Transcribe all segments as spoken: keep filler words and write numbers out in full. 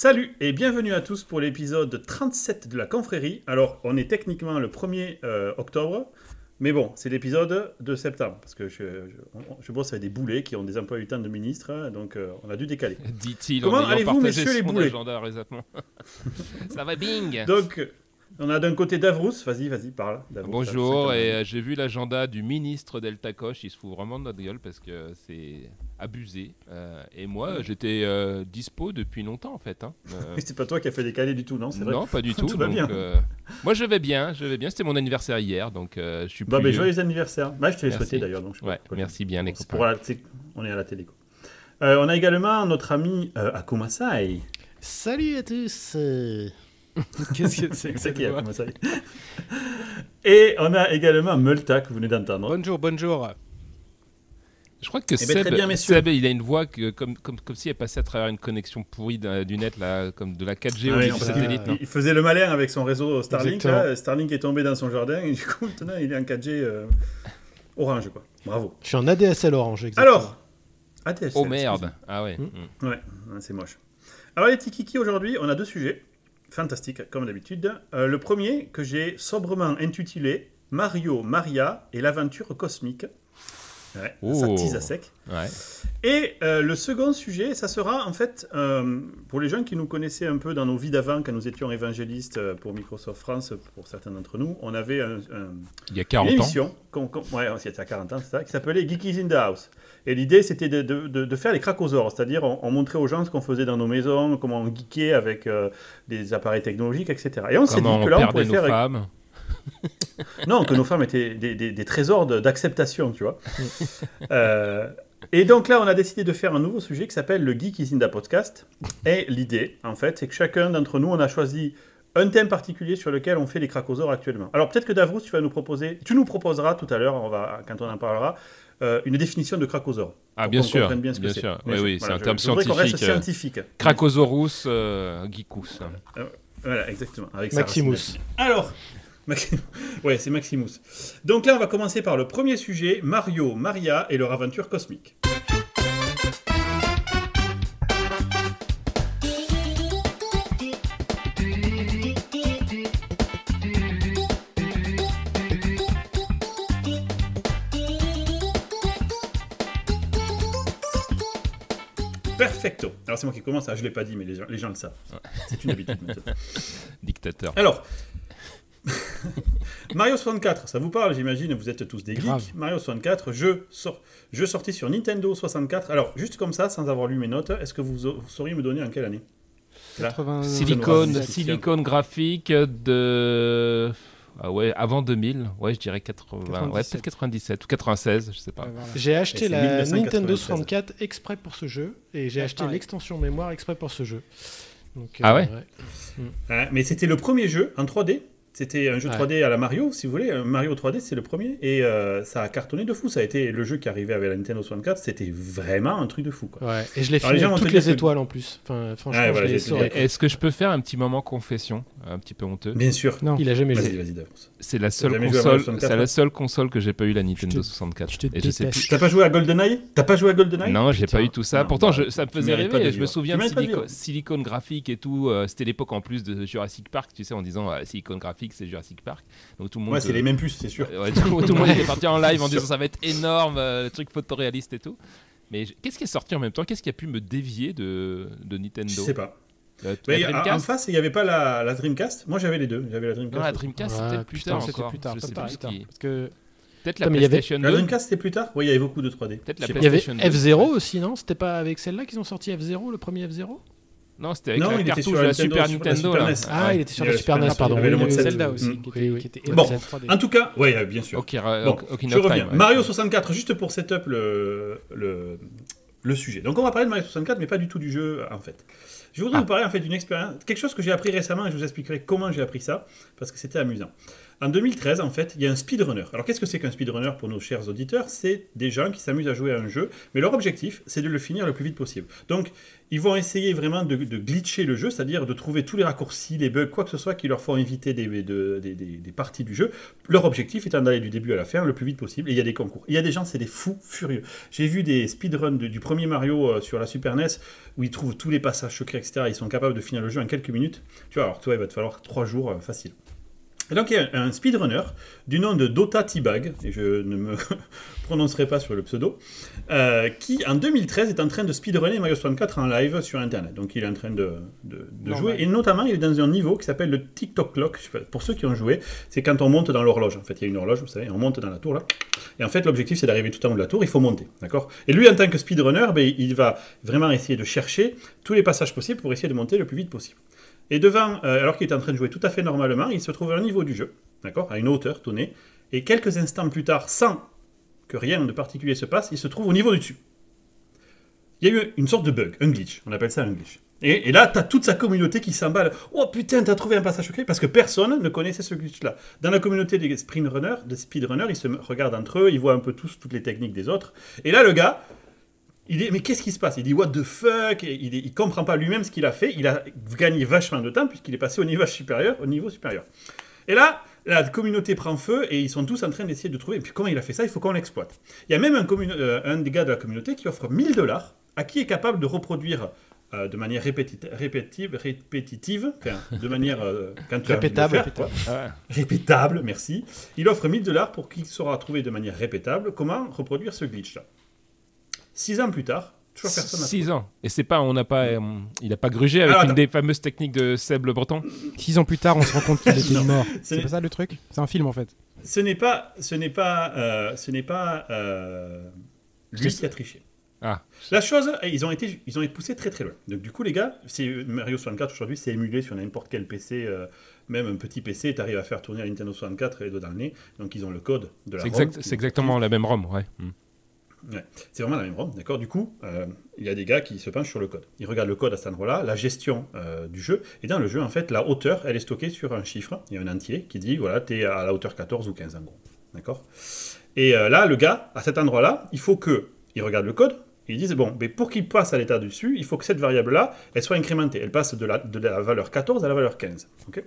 Salut et bienvenue à tous pour l'épisode trente-sept de la confrérie. Alors, on est techniquement le premier euh, octobre, mais bon, c'est l'épisode de septembre, parce que je, je, je bosse avec des boulets qui ont des emplois du temps de ministre, donc euh, on a dû décaler. Dit-il. Comment en allez-vous, messieurs les boulets? Ça va, bing. Donc, on a d'un côté Davrous, vas-y, vas-y, parle. Davrous, Bonjour, ça, ça, et euh, j'ai vu l'agenda du ministre Delta Koch, il se fout vraiment de notre gueule parce que c'est abusé. Euh, et moi, j'étais euh, dispo depuis longtemps en fait. Hein. Euh, c'est pas toi qui as fait décaler du tout, non? C'est vrai. Non, pas du tout. tout va donc, bien. Euh, moi, je vais bien, je vais bien. C'était mon anniversaire hier, donc euh, je suis plus Bah, mais vieux. joyeux anniversaire. Bah, je te l'ai Merci. souhaité d'ailleurs. Donc je Ouais, merci bien les c'est copains. pour la, c'est, on est à la télé. Quoi. Euh, on a également notre ami euh, Akumasai. Salut à tous. Qu'est-ce que c'est que ça qui est Akumasai? Et on a également Multa que vous venez d'entendre. Bonjour, bonjour. Je crois que Eh ben, Seb, très bien, messieurs. Seb, il a une voix que, comme, comme, comme s'il est passé à travers une connexion pourrie d'un- du net, là, comme de la quatre G Ah ou oui, du non, parce satellite. qu'il- non il faisait le malin avec son réseau Starlink. Exactement. Là. Starlink est tombé dans son jardin et du coup maintenant il est en quatre G euh, orange quoi. Bravo. Je suis en A D S L Orange, exactement. Alors, A D S L. Oh merde. Ah ouais. Hmm. Mm. Ouais, c'est moche. Alors les Tikiki, aujourd'hui, on a deux sujets fantastiques, comme d'habitude. Euh, le premier, que j'ai sobrement intitulé Mario, Maria et l'aventure cosmique. Ouais, Oh. ça tease à sec. Ouais. Et euh, le second sujet, ça sera en fait, euh, pour les gens qui nous connaissaient un peu dans nos vies d'avant, quand nous étions évangélistes euh, pour Microsoft France, pour certains d'entre nous, on avait un, un, Il y a une quarante ans. émission, qu'on, qu'on, ouais, c'était à quarante ans, c'est ça, qui s'appelait Geekies in the House. Et l'idée, c'était de, de, de, de faire les cracosaures, c'est-à-dire on, on montrait aux gens ce qu'on faisait dans nos maisons, comment on geekait avec euh, des appareils technologiques, et cetera. Et on s'est Comment dit on que là, on perdait pourrait nos faire... femmes. Non, que nos femmes étaient des, des, des trésors de, d'acceptation, tu vois. euh, et donc là, on a décidé de faire un nouveau sujet qui s'appelle le Geek is in the Podcast. Et l'idée, en fait, c'est que chacun d'entre nous, on a choisi un thème particulier sur lequel on fait les cracosaures actuellement. Alors peut-être que Davrous, tu vas nous proposer, tu nous proposeras tout à l'heure, on va, quand on en parlera, euh, une définition de cracosaure. Ah pour bien qu'on sûr, comprenne bien ce que bien c'est. sûr. Bien Oui, sûr. oui, Voilà, c'est un je- terme je voudrais qu'on reste scientifique. scientifique. Cracosaurus euh, geekus. Euh, voilà, exactement. Avec sa Maximus. racine latine. Alors, Maxi- ouais, c'est Maximus. Donc là, on va commencer par le premier sujet, Mario, Maria et leur aventure cosmique. Perfecto. Alors c'est moi qui commence, ah, je ne l'ai pas dit, mais les gens, les gens le savent. C'est une habitude maintenant. Dictateur. Alors, Mario soixante-quatre, ça vous parle, j'imagine, vous êtes tous des Grave. geeks. Mario soixante-quatre, jeu, sor- jeu sorti sur Nintendo soixante-quatre. Alors, juste comme ça, sans avoir lu mes notes, est-ce que vous, vous sauriez me donner en quelle année? Là. quatre-vingts... Silicone, Silicone. silicone graphique de... Ah ouais, avant deux mille. Ouais, je dirais quatre-vingts. Ouais, quatre-vingt-dix-sept. peut-être quatre-vingt-dix-sept ou quatre-vingt-seize, je sais pas. Ouais, voilà. J'ai acheté Et c'est la mille neuf cent Nintendo quatre-vingt-treize. soixante-quatre exprès pour ce jeu et j'ai Ouais, acheté pareil. l'extension mémoire exprès pour ce jeu. Donc, Ah ouais Hein, mais c'était le premier jeu en trois D. C'était un jeu Ouais. trois D à la Mario, si vous voulez. Un Mario trois D, c'est le premier. Et euh, ça a cartonné de fou. Ça a été le jeu qui arrivait avec la Nintendo soixante-quatre. C'était vraiment un truc de fou, quoi. Ouais, et je l'ai Alors, fini les gens avec vont te toutes dire les que- étoiles en plus. Enfin, franchement, Ouais, voilà, je l'ai j'ai- sauré. j'ai- Est-ce que je peux faire un petit moment confession, un petit peu honteux? Bien sûr. Non, il a jamais Vas-y, joué. vas-y, Davos. C'est la seule jamais joué à Mario console, soixante-quatre, c'est la hein seule console que j'ai pas eu la Nintendo Je te- soixante-quatre. je te Et je sais déteste. plus. T'as pas joué à GoldenEye T'as pas joué à GoldenEye Non, j'ai Putain. pas eu tout ça. Non, Pourtant, bah, je- ça me tu faisait mérites pas de rêver. Je me vivre. souviens Tu de mérites pas de silico- vivre. silicone graphique et tout. euh, C'était l'époque en plus de Jurassic Park, tu sais, en disant euh, silicone graphique, c'est Jurassic Park. Donc tout le monde. Ouais, c'est euh, les mêmes puces, c'est sûr. Ouais, tout, tout le monde était parti en live en disant ça va être énorme, euh, truc photoréaliste et tout. Mais je- qu'est-ce qui est sorti en même temps? Qu'est-ce qui a pu me dévier de, de Nintendo? Je sais pas. La, Mais la en- en Dreamcast? face, il n'y avait pas la, la Dreamcast. Moi, j'avais les deux. J'avais la Dreamcast. Non, la aussi. Dreamcast, Ouais, c'était plus putain, tard c'était encore. plus tard, Je pas sais pareil, plus tard. qui- Parce que Peut-être la Putain, mais il y avait- PlayStation La deux. Dreamcast, c'était plus tard. Oui, il y avait beaucoup de trois D. Peut-être la Je sais pas. il y avait PlayStation deux. F zéro aussi, non? C'était pas avec celle-là qu'ils ont sorti F zéro, le premier F zéro? Non, c'était avec Non, la il était cartouche sur de la la Nintendo, Super sur la Nintendo. Super là. N E S. Ah, Ouais. il était sur Il y la avait Super Super N E S, N E S, pardon. il y avait le Oui, mode oui, sept. Zelda aussi, Mm. qui était, Oui, oui. qui était Bon, F trois D. En tout cas, oui, bien sûr. Ok, ra- Bon, Ocarina je of reviens. Time, ouais. Mario soixante-quatre, juste pour setup le, le, le sujet. Donc on va parler de Mario soixante-quatre, mais pas du tout du jeu en fait. Je voudrais Ah. vous parler en fait d'une expérience, quelque chose que j'ai appris récemment et je vous expliquerai comment j'ai appris ça, parce que c'était amusant. En deux mille treize, en fait, il y a un speedrunner. Alors, qu'est-ce que c'est qu'un speedrunner pour nos chers auditeurs? C'est des gens qui s'amusent à jouer à un jeu, mais leur objectif, c'est de le finir le plus vite possible. Donc, ils vont essayer vraiment de, de glitcher le jeu, c'est-à-dire de trouver tous les raccourcis, les bugs, quoi que ce soit qui leur font éviter des, de, des, des, des parties du jeu. Leur objectif étant d'aller du début à la fin le plus vite possible. Et il y a des concours. Il y a des gens, c'est des fous furieux. J'ai vu des speedruns de, du premier Mario euh, sur la Super N E S où ils trouvent tous les passages secrets, et cetera. Ils sont capables de finir le jeu en quelques minutes. Tu vois, alors toi, il va te falloir trois jours euh, facile. Et donc il y a un speedrunner du nom de Dota T-Bag, et je ne me prononcerai pas sur le pseudo, euh, qui en deux mille treize est en train de speedrunner Mario soixante-quatre en live sur internet. Donc il est en train de, de, de jouer, et notamment il est dans un niveau qui s'appelle le TikTok Clock. Pour ceux qui ont joué, c'est quand on monte dans l'horloge. En fait, il y a une horloge, vous savez, on monte dans la tour là. Et en fait, l'objectif c'est d'arriver tout en haut de la tour, il faut monter, d'accord? Et lui, en tant que speedrunner, ben, il va vraiment essayer de chercher tous les passages possibles pour essayer de monter le plus vite possible. Et devant, euh, alors qu'il est en train de jouer tout à fait normalement, il se trouve à un niveau du jeu, d'accord, à une hauteur donnée, et quelques instants plus tard, sans que rien de particulier se passe, il se trouve au niveau du dessus. Il y a eu une sorte de bug, un glitch, on appelle ça un glitch. Et, et là, tu as toute sa communauté qui s'emballe. Oh putain, t'as trouvé un passage secret, parce que personne ne connaissait ce glitch-là. Dans la communauté des sprintrunners, des speedrunners, ils se regardent entre eux, ils voient un peu tous toutes les techniques des autres. Et là, le gars, il dit, mais qu'est-ce qui se passe? Il dit, what the fuck? Et il, il comprend pas lui-même ce qu'il a fait. Il a gagné vachement de temps puisqu'il est passé au niveau supérieur. Au niveau supérieur. Et là, la communauté prend feu et ils sont tous en train d'essayer de trouver. Et puis comment il a fait ça? Il faut qu'on l'exploite. Il y a même un, commun... euh, un des gars de la communauté qui offre mille dollars à qui est capable de reproduire euh, de manière répéti- répétitive, répétitive, enfin, de manière euh, quand tu répétable, as répétable. Faire, répétable, merci. Il offre mille dollars pour qui saura trouver de manière répétable comment reproduire ce glitch-là. Six ans plus tard, toujours personne n'a Six ans. Et c'est pas, on n'a pas, on, il n'a pas grugé avec Alors, une des fameuses techniques de Seb Le Breton. Six ans plus tard, on se rend compte qu'il était mort. C'est pas ça le truc? C'est un film en fait. Ce n'est pas, ce n'est pas, euh, ce n'est pas euh, lui qui a triché. Ah. La chose, ils ont été, ils ont été poussés très très loin. Donc du coup, les gars, c'est Mario soixante-quatre aujourd'hui, c'est émulé sur n'importe quel P C, euh, même un petit P C, tu arrives à faire tourner la Nintendo soixante-quatre et les doigts dans le nez. Donc ils ont le code de la c'est ROM. Exact, c'est exactement la même ROM, ouais. Mm. Ouais, c'est vraiment la même ROM, d'accord. Du coup, euh, il y a des gars qui se penchent sur le code. Ils regardent le code à cet endroit-là, la gestion euh, du jeu. Et dans le jeu, en fait, la hauteur, elle est stockée sur un chiffre. Il y a un entier qui dit, voilà, t'es à la hauteur quatorze ou quinze en gros, d'accord. Et euh, là, le gars, à cet endroit-là, il faut que il regarde le code. Et ils disent, bon, mais pour qu'il passe à l'état dessus, il faut que cette variable-là, elle soit incrémentée. Elle passe de la, de la valeur quatorze à la valeur quinze, ok.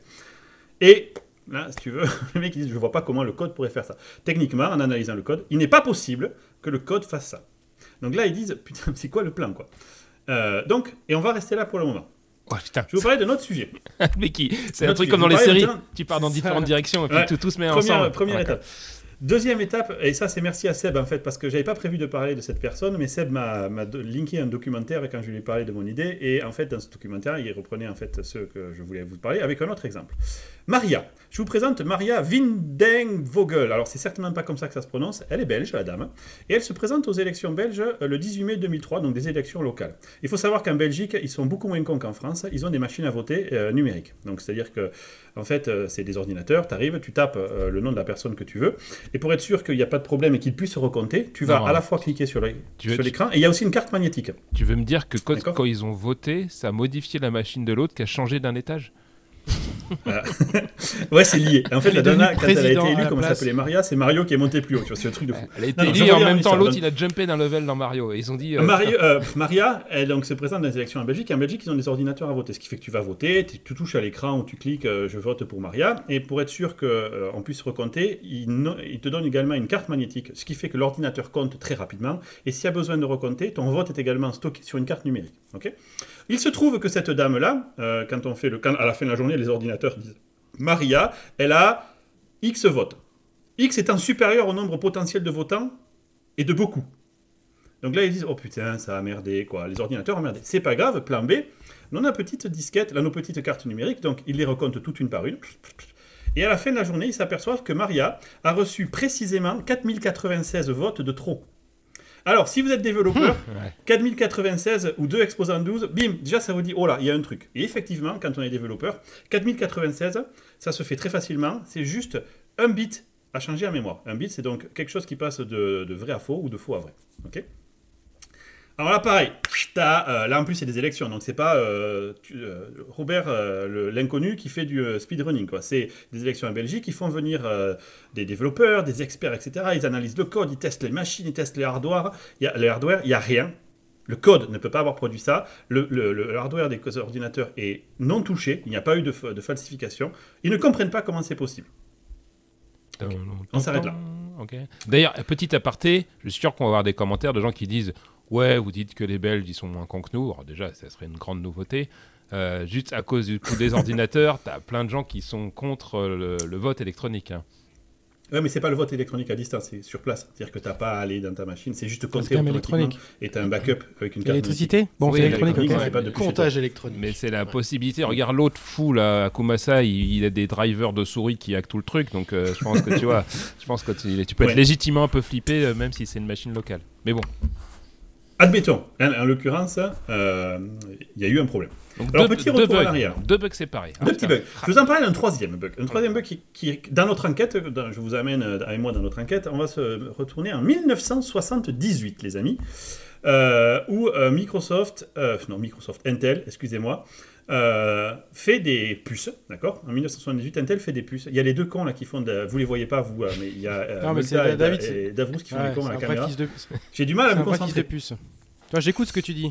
Et là, si tu veux, le mec il dit, je ne vois pas comment le code pourrait faire ça. Techniquement, en analysant le code, il n'est pas possible que le code fasse ça. Donc là, ils disent, putain, c'est quoi le plan, quoi. euh, Donc, et on va rester là pour le moment. Oh, putain. Je vais vous parler d'un autre sujet. Mais qui c'est un truc comme dans les séries, tu pars dans différentes directions et puis ouais. tout, tout se met première, ensemble. Première ouais. étape. Deuxième étape, et ça c'est merci à Seb en fait, parce que j'avais pas prévu de parler de cette personne, mais Seb m'a, m'a linké un documentaire quand je lui ai parlé de mon idée, et en fait dans ce documentaire il reprenait en fait ce que je voulais vous parler avec un autre exemple. Maria, je vous présente Maria Vindenvogel, alors c'est certainement pas comme ça que ça se prononce, elle est belge la dame, et elle se présente aux élections belges le dix-huit mai deux mille trois, donc des élections locales. Il faut savoir qu'en Belgique ils sont beaucoup moins cons qu'en France, ils ont des machines à voter euh, numériques, donc c'est-à-dire que en fait euh, c'est des ordinateurs, tu arrives, tu tapes euh, le nom de la personne que tu veux, et pour être sûr qu'il n'y a pas de problème et qu'il puisse recompter, tu vas non, à la fois cliquer sur, les, sur veux, l'écran, et il y a aussi une carte magnétique. Tu veux me dire que quand, quand ils ont voté, ça a modifié la machine de l'autre qui a changé d'un étage? Voilà. Ouais, c'est lié. En fait, la Donna, quand elle a été élue, comme elle s'appelait Maria, c'est Mario qui est monté plus haut. Tu vois, c'est un truc de fou. Elle a été élue et en même temps, l'autre, donc... il a jumpé d'un level dans Mario. Et ils ont dit. Euh... Mario, euh, Maria, elle donc, se présente dans les élections en Belgique. Et en Belgique, ils ont des ordinateurs à voter. Ce qui fait que tu vas voter, tu touches à l'écran où tu cliques euh, je vote pour Maria. Et pour être sûr qu'on euh, puisse recompter, il, no... il te donne également une carte magnétique. Ce qui fait que l'ordinateur compte très rapidement. Et s'il y a besoin de recompter, ton vote est également stocké sur une carte numérique. Okay, il se trouve que cette dame-là, euh, quand on fait le, quand, à la fin de la journée, les ordinateurs disent Maria, elle a X votes. X étant supérieur au nombre potentiel de votants et de beaucoup. Donc là, ils disent, oh putain, ça a merdé, quoi. Les ordinateurs ont merdé. C'est pas grave, plan B, on a nos petites disquettes, là, nos petites cartes numériques, donc ils les recomptent toutes une par une. Et à la fin de la journée, ils s'aperçoivent que Maria a reçu précisément quatre mille quatre-vingt-seize votes de trop. Alors, si vous êtes développeur, ouais. quatre mille quatre-vingt-seize ou deux exposant douze, bim, déjà ça vous dit, oh là, il y a un truc. Et effectivement, quand on est développeur, quatre mille quatre-vingt-seize, ça se fait très facilement, c'est juste un bit à changer en mémoire. Un bit, c'est donc quelque chose qui passe de, de vrai à faux ou de faux à vrai. Okay, Alors là, pareil, t'as, euh, là en plus c'est des élections, donc c'est pas euh, tu, euh, Robert euh, le, l'inconnu qui fait du euh, speedrunning, quoi. C'est des élections en Belgique, ils font venir euh, des développeurs, des experts, et cetera. Ils analysent le code, ils testent les machines, ils testent les hardware. Il y a, les hardware, il n'y a rien. Le code ne peut pas avoir produit ça. Le, le, le hardware des ordinateurs est non touché, il n'y a pas eu de, de falsification. Ils ne comprennent pas comment c'est possible. Okay. On s'arrête là. Okay. D'ailleurs, petit aparté, je suis sûr qu'on va avoir des commentaires de gens qui disent « Ouais, vous dites que les Belges, ils sont moins cons que nous. » Alors déjà, ça serait une grande nouveauté. Euh, juste à cause du coût des ordinateurs, tu as plein de gens qui sont contre le, le vote électronique. Hein. Oui, mais c'est pas le vote électronique à distance, c'est sur place. C'est-à-dire que tu n'as pas à aller dans ta machine, c'est juste compter automatiquement et tu as un backup avec une carte électricité. Bon, oui, c'est électronique, électronique, okay. c'est pas de comptage électronique. Mais c'est la ouais. possibilité. Regarde l'autre fou là, Akumasa, il, il a des drivers de souris qui hackent tout le truc, donc euh, je pense que tu vois, je pense que tu, tu peux être ouais. légitimement un peu flippé, euh, même si c'est une machine locale. Mais bon. Admettons, en, en l'occurrence, il euh, y a eu un problème. Donc Alors, deux, petit retour deux bugs, en arrière. Deux bugs séparés. Deux ah, petits bugs. Je vous en parlais d'un troisième bug. Un troisième bug qui, qui, dans notre enquête, dans, je vous amène avec moi dans notre enquête, on va se retourner en dix-neuf cent soixante-dix-huit, les amis, euh, où euh, Microsoft, euh, non Microsoft, Intel, excusez-moi, euh, fait des puces, d'accord. En dix-neuf cent soixante-dix-huit, Intel fait des puces. Il y a les deux cons là qui font, de, vous les voyez pas vous, mais il y a euh, non, mais Multa et, David, et Davrous qui font ouais, des cons à la caméra. De... J'ai du mal à c'est me concentrer. De puce. Toi, j'écoute ce que tu dis.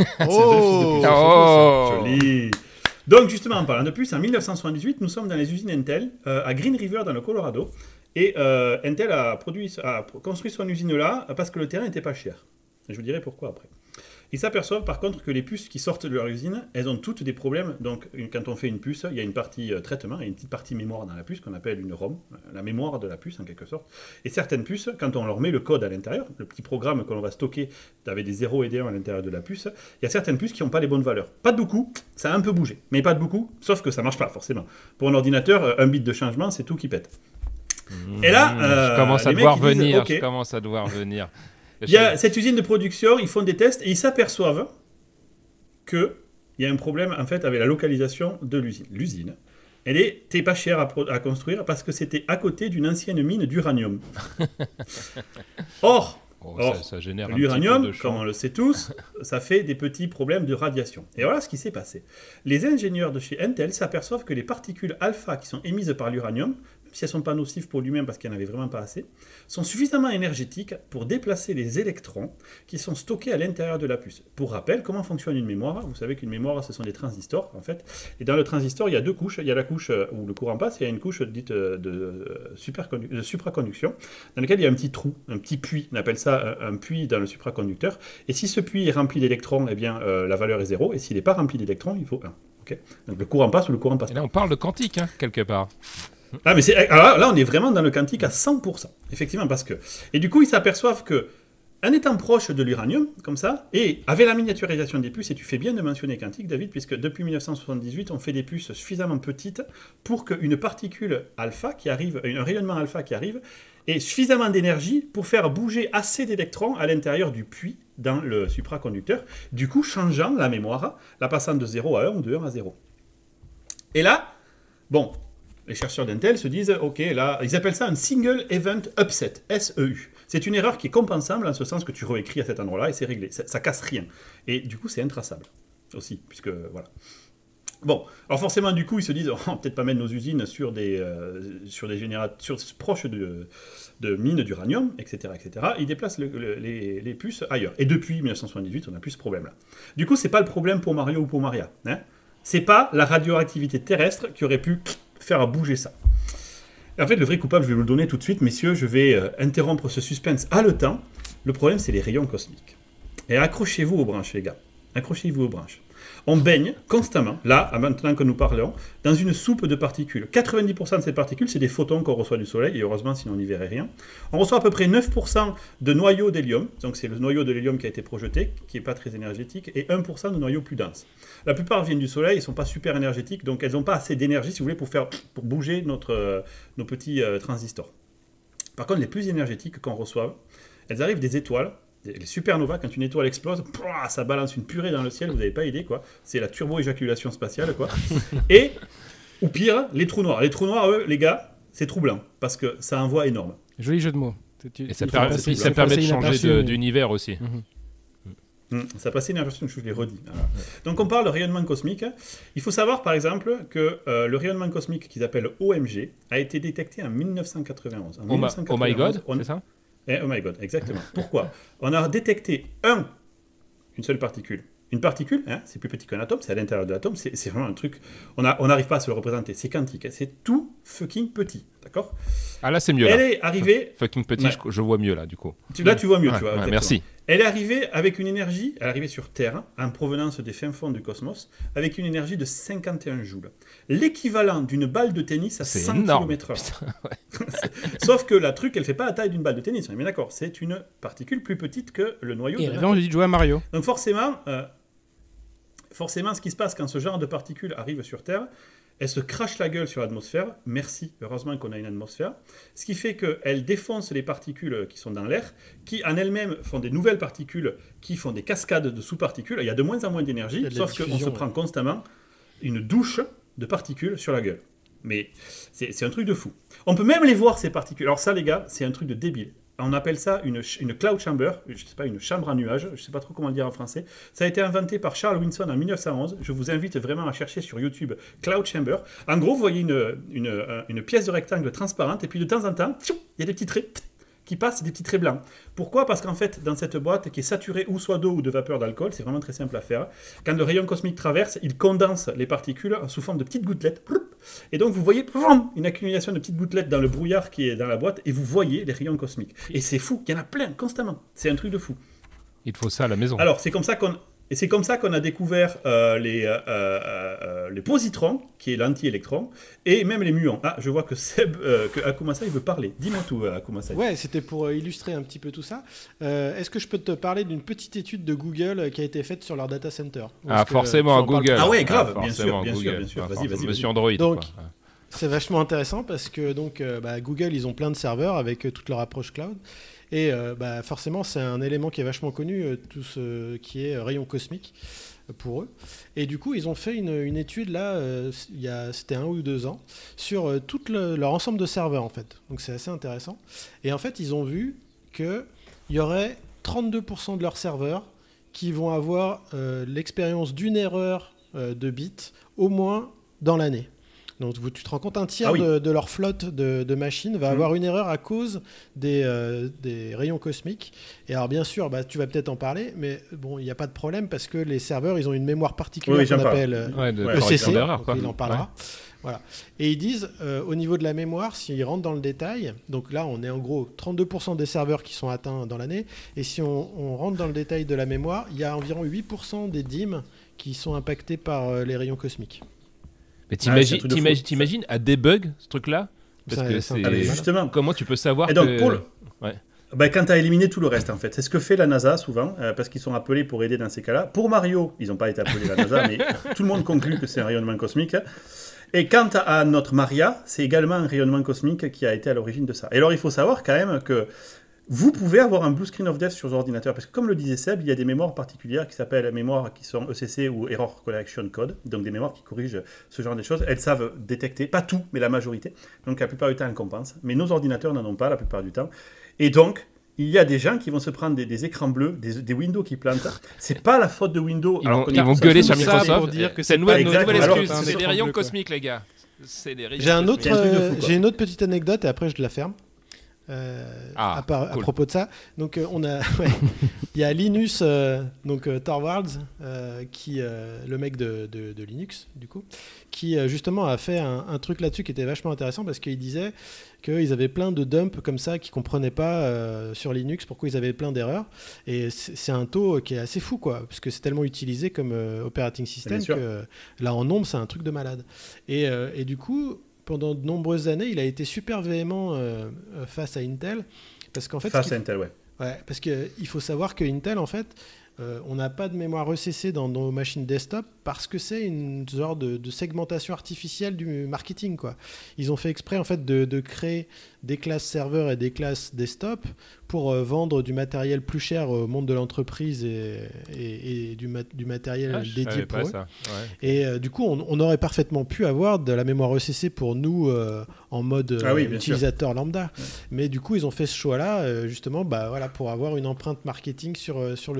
Oh, oh joli. Donc justement, en parlant de puces, en dix-neuf cent soixante-dix-huit, nous sommes dans les usines Intel, euh, à Green River, dans le Colorado, et euh, Intel a, produit, a construit son usine là parce que le terrain n'était pas cher. Je vous dirai pourquoi après. Ils s'aperçoivent par contre que les puces qui sortent de leur usine, elles ont toutes des problèmes. Donc une, quand on fait une puce, il y a une partie euh, traitement et une petite partie mémoire dans la puce qu'on appelle une ROM, la mémoire de la puce en quelque sorte. Et certaines puces, quand on leur met le code à l'intérieur, le petit programme que l'on va stocker avec des zéros et des un à l'intérieur de la puce, il y a certaines puces qui n'ont pas les bonnes valeurs. Pas de beaucoup, ça a un peu bougé, mais pas de beaucoup, sauf que ça marche pas forcément. Pour un ordinateur, un bit de changement, c'est tout qui pète. Mmh, et là, euh, je commence à les devoir mecs, ils disent, venir, okay. je commence à devoir venir. Il y a cette usine de production, ils font des tests et ils s'aperçoivent qu'il y a un problème en fait avec la localisation de l'usine. L'usine, elle était pas chère à, pro- à construire parce que c'était à côté d'une ancienne mine d'uranium. Or, oh, or ça, ça génère un l'uranium, comme on le sait tous, ça fait des petits problèmes de radiation. Et voilà ce qui s'est passé. Les ingénieurs de chez Intel s'aperçoivent que les particules alpha qui sont émises par l'uranium, si elles ne sont pas nocives pour l'humain parce qu'il n'y en avait vraiment pas assez, sont suffisamment énergétiques pour déplacer les électrons qui sont stockés à l'intérieur de la puce. Pour rappel, comment fonctionne une mémoire ? Vous savez qu'une mémoire, ce sont des transistors, en fait. Et dans le transistor, il y a deux couches. Il y a la couche où le courant passe et il y a une couche dite de, supercondu- de supraconduction, dans laquelle il y a un petit trou, un petit puits. On appelle ça un, un puits dans le supraconducteur. Et si ce puits est rempli d'électrons, eh bien, euh, la valeur est zéro. Et s'il n'est pas rempli d'électrons, il faut un. Okay ? Donc le courant passe ou le courant passe pas. Et là, on parle de quantique, hein, quelque part. Ah, mais c'est, alors là, on est vraiment dans le quantique à cent pour cent, effectivement, parce que... Et du coup, ils s'aperçoivent que, en étant proche de l'uranium, comme ça, et avec la miniaturisation des puces, et tu fais bien de mentionner quantique, David, puisque depuis dix-neuf cent soixante-dix-huit, on fait des puces suffisamment petites pour qu'une particule alpha qui arrive, un rayonnement alpha qui arrive, ait suffisamment d'énergie pour faire bouger assez d'électrons à l'intérieur du puits dans le supraconducteur, du coup, changeant la mémoire, la passant de zéro à un ou de un à zéro. Et là, bon... Les chercheurs d'Intel se disent, ok, là, ils appellent ça un single event upset, S E U. C'est une erreur qui est compensable en ce sens que tu réécris à cet endroit-là et c'est réglé. Ça, ça casse rien. Et du coup, c'est intraçable aussi, puisque voilà. Bon, alors forcément, du coup, ils se disent, oh, on va peut-être pas mettre nos usines sur des, euh, sur des générateurs proches de, de mines d'uranium, et cetera, et cetera. Ils déplacent le, le, les, les puces ailleurs. Et depuis dix-neuf cent soixante-dix-huit, on n'a plus ce problème-là. Du coup, c'est pas le problème pour Mario ou pour Maria. Hein. C'est pas la radioactivité terrestre qui aurait pu faire bouger ça. Et en fait, le vrai coupable, je vais vous le donner tout de suite, messieurs, je vais euh, interrompre ce suspense haletant. Le problème, c'est les rayons cosmiques. Et accrochez-vous aux branches, les gars. Accrochez-vous aux branches. On baigne constamment, là, maintenant que nous parlons, dans une soupe de particules. quatre-vingt-dix pour cent de ces particules, c'est des photons qu'on reçoit du Soleil, et heureusement, sinon on n'y verrait rien. On reçoit à peu près neuf pour cent de noyaux d'hélium, donc c'est le noyau de l'hélium qui a été projeté, qui n'est pas très énergétique, et un pour cent de noyaux plus denses. La plupart viennent du Soleil, ils ne sont pas super énergétiques, donc elles n'ont pas assez d'énergie, si vous voulez, pour, faire, pour bouger notre, euh, nos petits euh, transistors. Par contre, les plus énergétiques qu'on reçoit, elles arrivent des étoiles. Les supernovas, quand une étoile explose, ça balance une purée dans le ciel, vous n'avez pas idée, quoi. C'est la turbo-éjaculation spatiale, quoi. Et, ou pire, les trous noirs. Les trous noirs, eux, les gars, c'est troublant, parce que ça envoie énorme. Joli jeu de mots. Et ça, per- ça permet de changer de, d'univers aussi. Mm-hmm. Mmh, ça passait une version que je vous l'ai redit. Voilà. Donc on parle de rayonnement cosmique. Il faut savoir par exemple que euh, le rayonnement cosmique qu'ils appellent O M G a été détecté en dix-neuf cent quatre-vingt-onze. En Oh, ma- oh my god, on... c'est ça? Eh, oh my god, exactement. Pourquoi? On a détecté un, une seule particule. Une particule, hein, c'est plus petit qu'un atome, c'est à l'intérieur de l'atome, c'est, c'est vraiment un truc, on n'arrive pas à se le représenter, c'est quantique, hein, c'est tout fucking petit, d'accord? Ah là, c'est mieux. Elle Là. est arrivée... Fucking petit, Ouais. je, je vois mieux là, du coup. Tu- Là, tu vois mieux, Ouais, tu vois. ouais, exactement. merci. Elle est arrivée avec une énergie, elle est arrivée sur Terre, hein, en provenance des fins fonds du cosmos, avec une énergie de cinquante et un joules. L'équivalent d'une balle de tennis à C'est cent énorme. kilomètres heure. Putain, ouais. Sauf que la truc, elle fait pas la taille d'une balle de tennis, on est bien d'accord. C'est une particule plus petite que le noyau Et de elle la avait envie de jouer à Mario. Donc forcément, euh, forcément, ce qui se passe quand ce genre de particules arrive sur Terre, elles se crachent la gueule sur l'atmosphère. Merci, heureusement qu'on a une atmosphère. Ce qui fait qu'elles défoncent les particules qui sont dans l'air, qui en elles-mêmes font des nouvelles particules, qui font des cascades de sous-particules. Il y a de moins en moins Il d'énergie, y a de la sauf qu'on se diffusion, prend ouais. constamment une douche de particules sur la gueule. Mais c'est, c'est un truc de fou. On peut même les voir, ces particules. Alors ça, les gars, c'est un truc de débile. On appelle ça une, ch- une cloud chamber, je sais pas, une chambre à nuages, je ne sais pas trop comment le dire en français. Ça a été inventé par Charles Winson en dix-neuf cent onze. Je vous invite vraiment à chercher sur YouTube cloud chamber. En gros, vous voyez une, une, euh, une pièce de rectangle transparente et puis de temps en temps, tchou, il y a des petits traits qui passent, des petits traits blancs. Pourquoi? Parce qu'en fait, dans cette boîte qui est saturée ou soit d'eau ou de vapeur d'alcool, c'est vraiment très simple à faire. Quand le rayon cosmique traverse, il condense les particules sous forme de petites gouttelettes. Et donc, vous voyez une accumulation de petites gouttelettes dans le brouillard qui est dans la boîte et vous voyez les rayons cosmiques. Et c'est fou, il y en a plein, constamment. C'est un truc de fou. Il te faut ça à la maison. Alors, c'est comme ça qu'on... Et c'est comme ça qu'on a découvert euh, les, euh, euh, euh, les positrons, qui est l'anti-électron, et même les muons. Ah, je vois que Seb, euh, que Akumasa, il veut parler. Dis-moi tout, euh, Akumasa. Ouais, c'était pour euh, illustrer un petit peu tout ça. Euh, est-ce que je peux te parler d'une petite étude de Google euh, qui a été faite sur leur data center? Ou Ah, est-ce que forcément, tu en parles Google. pas? Ah ouais, grave, Ah, bien sûr, forcément, bien sûr, Google. bien sûr. Ah, Vas-y, forcément. vas-y, Monsieur vas-y. Android. Donc, quoi. Ah. C'est vachement intéressant parce que donc euh, bah, Google, ils ont plein de serveurs avec euh, toute leur approche cloud. Et euh, bah, forcément, c'est un élément qui est vachement connu, euh, tout ce qui est euh, rayon cosmique euh, pour eux. Et du coup, ils ont fait une, une étude là, euh, il y a, c'était un ou deux ans, sur euh, tout le- leur ensemble de serveurs en fait. Donc c'est assez intéressant. Et en fait, ils ont vu qu'il y aurait trente-deux pour cent de leurs serveurs qui vont avoir euh, l'expérience d'une erreur euh, de bits au moins dans l'année. Donc vous- tu te rends compte, un tiers Ah oui. de, de leur flotte de, de machines va Mhm. avoir une erreur à cause des, euh, des rayons cosmiques. Et alors bien sûr, bah, tu vas peut-être en parler, mais bon, il n'y a pas de problème parce que les serveurs, ils ont une mémoire particulière Oui, j'en qu'on parle. appelle euh, Ouais, de Ouais. E C correction C, d'erreur, donc quoi. il en parlera. Voilà. Et ils disent, euh, au niveau de la mémoire, s'ils rentrent dans le détail, donc là on est en gros trente-deux pour cent des serveurs qui sont atteints dans l'année, et si on, on rentre dans le détail de la mémoire, il y a environ huit pour cent des D I M qui sont impactés par euh, les rayons cosmiques. Mais Ah, c'est un t'imagines, truc de fou. t'imagines, t'imagines à débug ce truc-là? Parce Ça- que c'est un c'est. peu Ah, mais malin. justement. Comment tu peux savoir Et donc, que. pour le- Ouais. Ben, quand tu as éliminé tout le reste, en fait. C'est ce que fait la NASA souvent, euh, parce qu'ils sont appelés pour aider dans ces cas-là. Pour Mario, ils n'ont pas été appelés la NASA, mais tout le monde conclut que c'est un rayonnement cosmique. Et quant à à notre Maria, c'est également un rayonnement cosmique qui a été à l'origine de ça. Et alors, il faut savoir quand même que vous pouvez avoir un blue screen of death sur vos ordinateurs, parce que comme le disait Seb, il y a des mémoires particulières qui s'appellent mémoires qui sont E C C ou Error Correction Code, donc des mémoires qui corrigent ce genre de choses. Elles savent détecter, pas tout, mais la majorité. Donc la plupart du temps, elles compensent. Mais nos ordinateurs n'en ont pas la plupart du temps. Et donc, il y a des gens qui vont se prendre des, des écrans bleus, des, des Windows qui plantent. C'est pas la faute de Windows. Ils alors vont, qu'on ils est vont tous gueuler ensemble. sur ça Microsoft. pour dire que c'est c'est une nouvelle, pas nouvelle exact. excuse. Alors, C'est c'est des un rayons bleu, quoi. cosmiques, les gars. C'est des rayons J'ai un cosmiques. autre, C'est un truc de euh, fou, quoi. j'ai une autre petite anecdote et après je te la ferme. Euh, Ah, à, par- à cool. propos de ça, donc euh, on a, ouais, il y a Linus, euh, donc euh, Torvalds, euh, qui, euh, le mec de, de- de Linux, du coup, qui euh, justement a fait un, un truc là-dessus qui était vachement intéressant parce qu'il disait qu'ils avaient plein de dumps comme ça qu'ils comprenaient pas euh, sur Linux pourquoi ils avaient plein d'erreurs et c'est c'est un taux qui est assez fou quoi parce que c'est tellement utilisé comme euh, operating system Bien sûr. que là en nombre c'est un truc de malade et, euh, et du coup pendant de nombreuses années, il a été super véhément euh, euh, face à Intel, parce qu'en fait, ce Face qu'il à Intel, ouais. Ouais, parce qu'il faut savoir que Intel, en fait, euh, on n'a pas de mémoire E C C dans nos machines desktop parce que c'est une genre de, de segmentation artificielle du marketing, quoi. Ils ont fait exprès, en fait, de, de créer des classes serveurs et des classes desktop pour euh, vendre du matériel plus cher au monde de l'entreprise et, et, et du, mat- du matériel Ah, je dédié savais pour pas eux. ça. Ouais. Et euh, du coup, on, on aurait parfaitement pu avoir de la mémoire E C C pour nous euh, en mode euh, Ah oui, bien utilisateur lambda. Mais du coup, ils ont fait ce choix-là, euh, justement, bah, voilà, pour avoir une empreinte marketing sur, euh, sur le truc, quoi.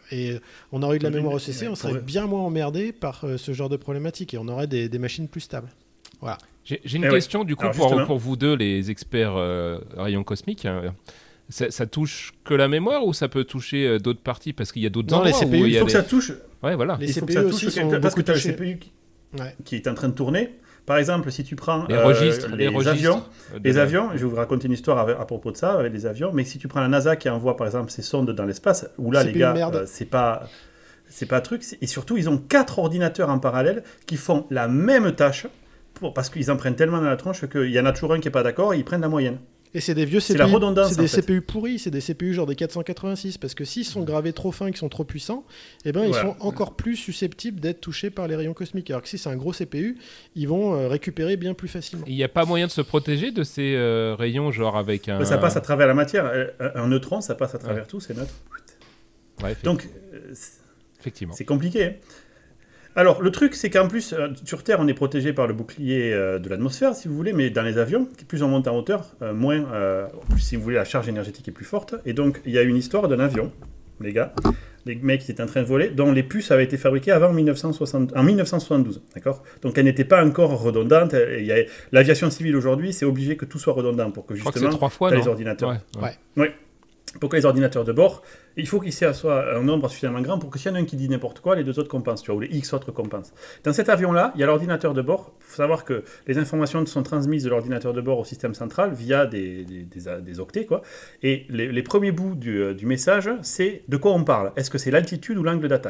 Et on aurait eu de la mémoire O C C, on serait Ouais. bien moins emmerdé par euh, ce genre de problématique et on aurait des, des machines plus stables. Voilà. J'ai, j'ai une Eh question ouais. du coup Alors, pour, justement. pour vous deux, les experts euh, rayons cosmiques. hein. Ça, ça touche que la mémoire ou ça peut toucher euh, d'autres parties parce qu'il y a d'autres Non, les endroits C P U, où il Il y a faut que des... ça touche. Ouais, voilà. Les il faut C que P U ça aussi touche sont parce que beaucoup tu as le touchés. C P U qui, Ouais. qui est en train de tourner. Par exemple, si tu prends Les euh, registres, les, les registres avions, de les la- avions, je vais vous raconter une histoire avec- à propos de ça avec les avions. Mais si tu prends la NASA qui envoie par exemple ses sondes dans l'espace, où là C P U les gars, merde. euh, c'est pas, c'est pas un truc. c'est- Et surtout, ils ont quatre ordinateurs en parallèle qui font la même tâche. Pour, parce qu'ils en prennent tellement dans la tronche qu'il y en a toujours un qui est pas d'accord et ils prennent la moyenne. Et c'est des vieux C'est C P U. la redondance, C'est des en fait. C P U pourris, c'est des C P U genre des quatre cent quatre-vingt-six. Parce que s'ils sont gravés trop fins et qu'ils sont trop puissants, eh ben, ils Voilà. sont encore plus susceptibles d'être touchés par les rayons cosmiques. Alors que si c'est un gros C P U, ils vont euh, récupérer bien plus facilement. Il n'y a pas moyen de se protéger de ces euh, rayons, genre avec un. Mais ça passe à travers la matière. Euh, Un neutron, ça passe à travers tout, c'est neutre. Ouais, effectivement. Donc, euh, c'est- effectivement. c'est compliqué. hein. Alors, le truc, c'est qu'en plus, euh, sur Terre, on est protégé par le bouclier euh, de l'atmosphère, si vous voulez, mais dans les avions, plus on monte en hauteur, euh, moins, euh, plus, si vous voulez, la charge énergétique est plus forte. Et donc, il y a une histoire d'un avion, les gars, les mecs qui étaient en train de voler, dont les puces avaient été fabriquées avant mille neuf cent soixante, en mille neuf cent soixante-douze, d'accord ? Donc, elles n'étaient pas encore redondantes. Et il y a- l'aviation civile aujourd'hui, c'est obligé que tout soit redondant pour que Je crois que c'est justement, trois fois, t'as non les ordinateurs. Ouais, ouais. Ouais. Pourquoi les ordinateurs de bord, il faut qu'ils soient un nombre suffisamment grand pour que s'il y en a un qui dit n'importe quoi, les deux autres compensent, tu vois, ou les X autres compensent. Dans cet avion-là, il y a l'ordinateur de bord. Il faut savoir que les informations sont transmises de l'ordinateur de bord au système central via des, des, des- des octets, quoi. Et les, les premiers bouts du, euh, du message, c'est de quoi on parle. Est-ce que c'est l'altitude ou l'angle d'attaque ?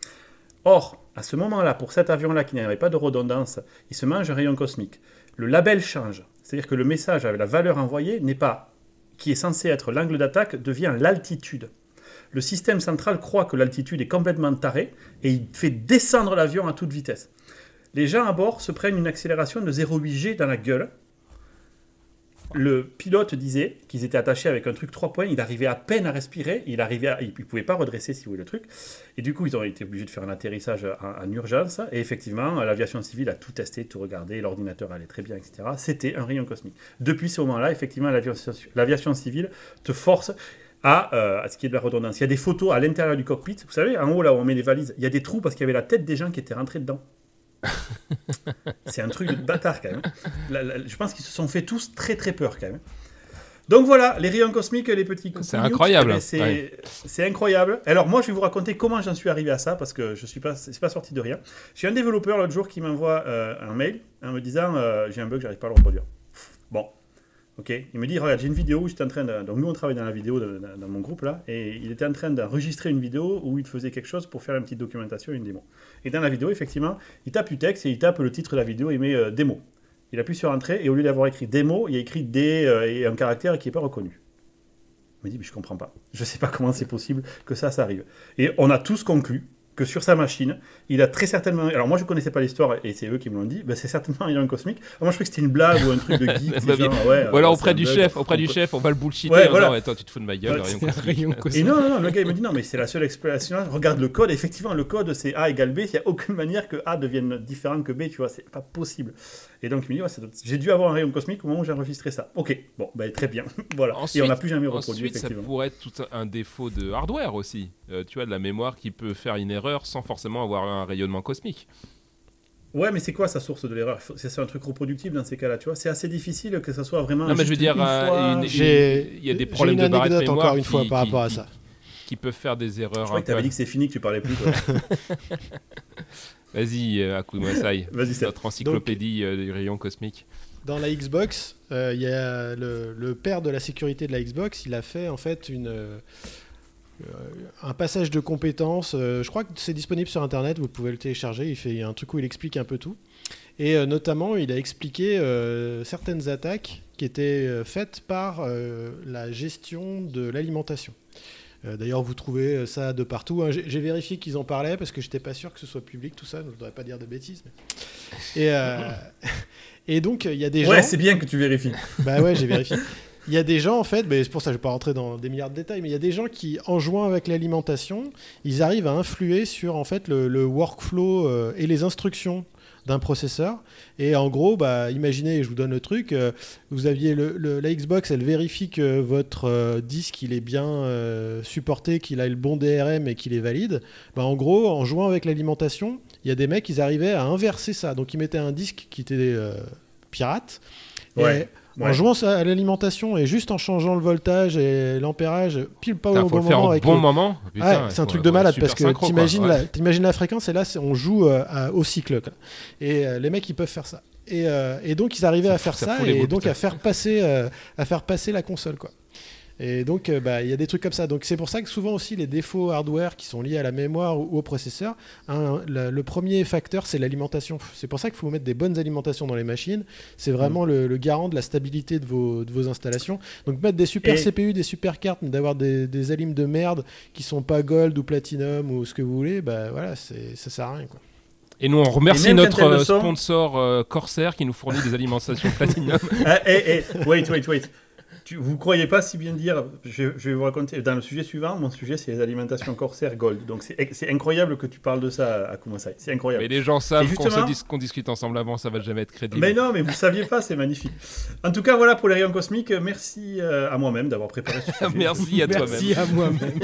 Or, à ce moment-là, pour cet avion-là qui n'avait pas de redondance, il se mange un rayon cosmique. Le label change. C'est-à-dire que le message avec la valeur envoyée n'est pas qui est censé être l'angle d'attaque, devient l'altitude. Le système central croit que l'altitude est complètement tarée et il fait descendre l'avion à toute vitesse. Les gens à bord se prennent une accélération de zéro virgule huit G dans la gueule. Le pilote disait qu'ils étaient attachés avec un truc trois points, il arrivait à peine à respirer, il arrivait à, il ne pouvait pas redresser si vous voulez le truc. Et du coup, ils ont été obligés de faire un atterrissage en, en urgence. Et effectivement, l'aviation civile a tout testé, tout regardé, l'ordinateur allait très bien, et cetera. C'était un rayon cosmique. Depuis ce moment-là, effectivement, l'aviation, l'aviation civile te force à, euh, à ce qui est de la redondance. Il y a des photos à l'intérieur du cockpit. Vous savez, en haut, là où on met les valises, il y a des trous parce qu'il y avait la tête des gens qui étaient rentrés dedans. C'est un truc de bâtard quand même. La, la, je pense qu'ils se sont fait tous très très peur quand même. Donc voilà, les rayons cosmiques, les petits coucous. C'est incroyable. Eh ben, c'est, Ouais. c'est incroyable. Alors moi, je vais vous raconter comment j'en suis arrivé à ça parce que je suis pas, c'est pas sorti de rien. J'ai un développeur l'autre jour qui m'envoie euh, un mail en me disant euh, j'ai un bug, j'arrive pas à le reproduire. Bon. Ok, il me dit regarde, j'ai une vidéo où j'étais en train de. Donc nous on travaille dans la vidéo de, de, dans mon groupe là, et il était en train d'enregistrer une vidéo où il faisait quelque chose pour faire une petite documentation, une démo. Et dans la vidéo, effectivement, il tape du texte et il tape le titre de la vidéo et il met euh, démo. Il appuie sur entrée et au lieu d'avoir écrit démo, il a écrit D euh, et un caractère qui n'est pas reconnu. Il me dit mais je comprends pas, je sais pas comment c'est possible que ça, ça arrive. Et on a tous conclu que sur sa machine, il a très certainement... Alors moi je connaissais pas l'histoire et c'est eux qui me l'ont dit, ben, c'est certainement un rayon cosmique. Alors, moi je croyais que c'était une blague ou un truc de geek. Bah, genre, bien. ouais, Ou alors euh, auprès c'est du un bug. chef, auprès du On- chef, on va le bullshiter Ouais, en voilà. disant, ouais, toi tu te fous de ma gueule, Ouais, le rayon c'est un cosmique. rayon Et cosmique. non, non, non, le gars il me dit non, mais c'est la seule explanation. Regarde le code, effectivement, le code c'est A égale B, il n'y a aucune manière que A devienne différent que B, tu vois, c'est pas possible. Et donc il me dit, ouais, c'est- j'ai dû avoir un rayon cosmique au moment où j'ai enregistré ça. Ok, bon, ben très bien, voilà. Ensuite- Et on n'a plus jamais reproduit, Ensuite, ça effectivement. pourrait être tout un un défaut de hardware aussi. Euh, tu vois, de la mémoire qui peut faire une erreur sans forcément avoir un rayonnement cosmique. Ouais, mais c'est quoi sa source de l'erreur? C'est c'est un truc reproductible dans ces cas-là, tu vois. C'est assez difficile que ça soit vraiment. Non, mais je veux juste dire, une euh, fois. une- J'ai- il y a des j'ai problèmes une de barrette anecdote mémoire encore une fois qui- par qui- rapport à qui- ça. qui peuvent faire des Je erreurs crois un que t'avais peu. dit que c'est fini, que tu parlais plus. Toi. Vas-y, euh, Akuma Sai, Vas-y, Seb. notre encyclopédie euh, du rayon cosmique. Dans la Xbox, euh, il y a le, le père de la sécurité de la Xbox, il a fait en fait une, euh, euh, un passage de compétences. euh, je crois que c'est disponible sur Internet, vous pouvez le télécharger. Il fait il y a un truc où il explique un peu tout. Et euh, notamment, il a expliqué euh, certaines attaques qui étaient euh, faites par euh, la gestion de l'alimentation. Euh, D'ailleurs, vous trouvez ça de partout. hein. J'ai j'ai vérifié qu'ils en parlaient parce que j'étais pas sûr que ce soit public, tout ça. Je ne voudrais pas dire de bêtises. mais- Et, euh, et donc, il y a des Ouais, gens... c'est bien que tu vérifies. Bah ouais, j'ai vérifié. Il y a des gens, en fait, mais c'est pour ça que je ne vais pas rentrer dans des milliards de détails, mais il y a des gens qui, en jouant avec l'alimentation, ils arrivent à influer sur en fait, le, le workflow euh, et les instructions d'un processeur. Et en gros, bah, imaginez, je vous donne le truc, euh, vous aviez le, le, la Xbox, elle vérifie que votre euh, disque il est bien euh, supporté, qu'il a le bon D R M et qu'il est valide. Bah, en gros, en jouant avec l'alimentation, il y a des mecs, ils arrivaient à inverser ça. Donc ils mettaient un disque qui était euh, pirate. Ouais. Et en Ouais. jouant à l'alimentation et juste en changeant le voltage et l'ampérage, pile pas Putain, au faut bon le faire moment. au avec bon le... moment. Putain, Ouais, c'est un faut- truc de faut malade super parce que synchro, quoi. t'imagines, Ouais. la, t'imagines la fréquence et là c'est- on joue euh, à- au cycle quoi. Et euh, les mecs ils peuvent faire ça et, euh, et donc ils arrivaient Ça à fout- faire ça ça, fout les et boules, donc putain. à faire passer euh, à faire passer la console quoi. Et donc euh, bah il y a des trucs comme ça, donc c'est pour ça que souvent aussi les défauts hardware qui sont liés à la mémoire ou, ou au processeur, hein, le, le premier facteur c'est l'alimentation. C'est pour ça qu'il faut mettre des bonnes alimentations dans les machines, c'est vraiment mmh. le, le garant de la stabilité de vos, de vos installations. Donc mettre des super et... C P U, des super cartes, mais d'avoir des, des alimes de merde qui sont pas gold ou platinum ou ce que vous voulez, bah voilà, c'est, ça sert à rien quoi. Et nous, on remercie notre euh, sponsor euh, Corsair qui nous fournit des alimentations platinum. Ah, hey, hey, wait, wait, wait. Tu, vous ne croyez pas si bien dire, je, je vais vous raconter, dans le sujet suivant, mon sujet c'est les alimentations Corsair Gold. Donc c'est, c'est incroyable que tu parles de ça à Kumasai, c'est incroyable. Mais les gens savent justement... qu'on, se dis, qu'on discute ensemble avant, ça va jamais être crédible. Mais non, mais vous ne saviez pas, c'est magnifique. En tout cas, voilà pour les rayons cosmiques, merci euh, à moi-même d'avoir préparé ce sujet. Merci à toi-même. Merci à moi-même.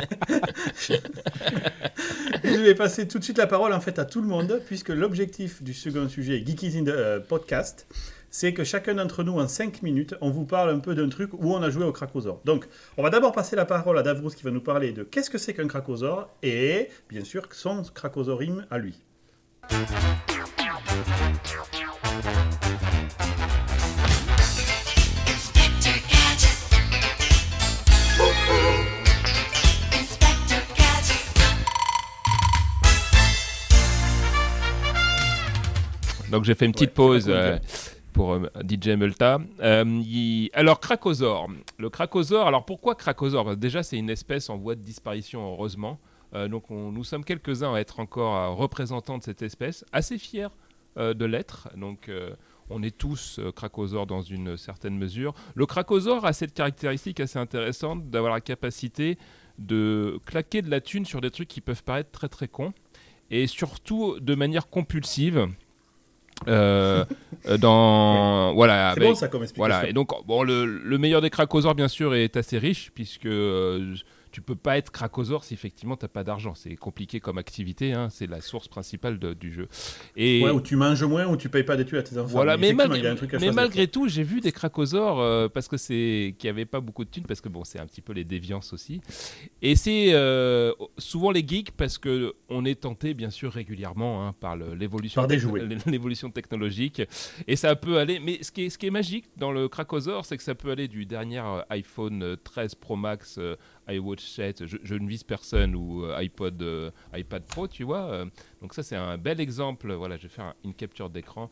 Je vais passer tout de suite la parole en fait à tout le monde, puisque l'objectif du second sujet Geekies in the uh, Podcast, c'est que chacun d'entre nous, en cinq minutes, on vous parle un peu d'un truc où on a joué au Krakosaur. Donc, on va d'abord passer la parole à Davrous qui va nous parler de qu'est-ce que c'est qu'un Krakosaur et, bien sûr, son Krakosaurime à lui. Donc, j'ai fait une petite ouais, pause... Euh... pour euh, D J Multa. Euh, y... Alors, Krakosaur. Le Krakosaur, alors pourquoi Krakosaur ? Parce que déjà, c'est une espèce en voie de disparition, heureusement. Euh, donc, on, nous sommes quelques-uns à être encore euh, représentants de cette espèce, assez fiers euh, de l'être. Donc, euh, on est tous euh, Krakosaur dans une certaine mesure. Le Krakosaur a cette caractéristique assez intéressante d'avoir la capacité de claquer de la thune sur des trucs qui peuvent paraître très très cons, et surtout de manière compulsive. Euh, dans ouais. voilà c'est avec, bon ça comme explication. Voilà, et donc bon, le, le meilleur des Krakosaurs bien sûr est assez riche puisque euh, tu peux pas être Krakosaur si effectivement t'as pas d'argent, c'est compliqué comme activité, hein, c'est la source principale de, du jeu. Et ouais, ou tu manges moins ou tu payes pas d'études à tes enfants. Voilà, mais, mais, malgré, mais malgré quoi. tout, j'ai vu des Krakosaurs euh, parce que c'est qui avaient pas beaucoup de thunes, parce que bon, c'est un petit peu les déviances aussi. Et c'est euh, souvent les geeks parce que on est tenté bien sûr régulièrement hein, par le, l'évolution, par des jouets. l'évolution technologique, et ça peut aller. Mais ce qui est ce qui est magique dans le Krakosaur, c'est que ça peut aller du dernier iPhone treize Pro Max, euh, iWatch sept, je, je ne vise personne, ou euh, iPod, euh, iPad Pro, tu vois. Euh, donc ça, c'est un bel exemple. Voilà, je vais faire un, une capture d'écran.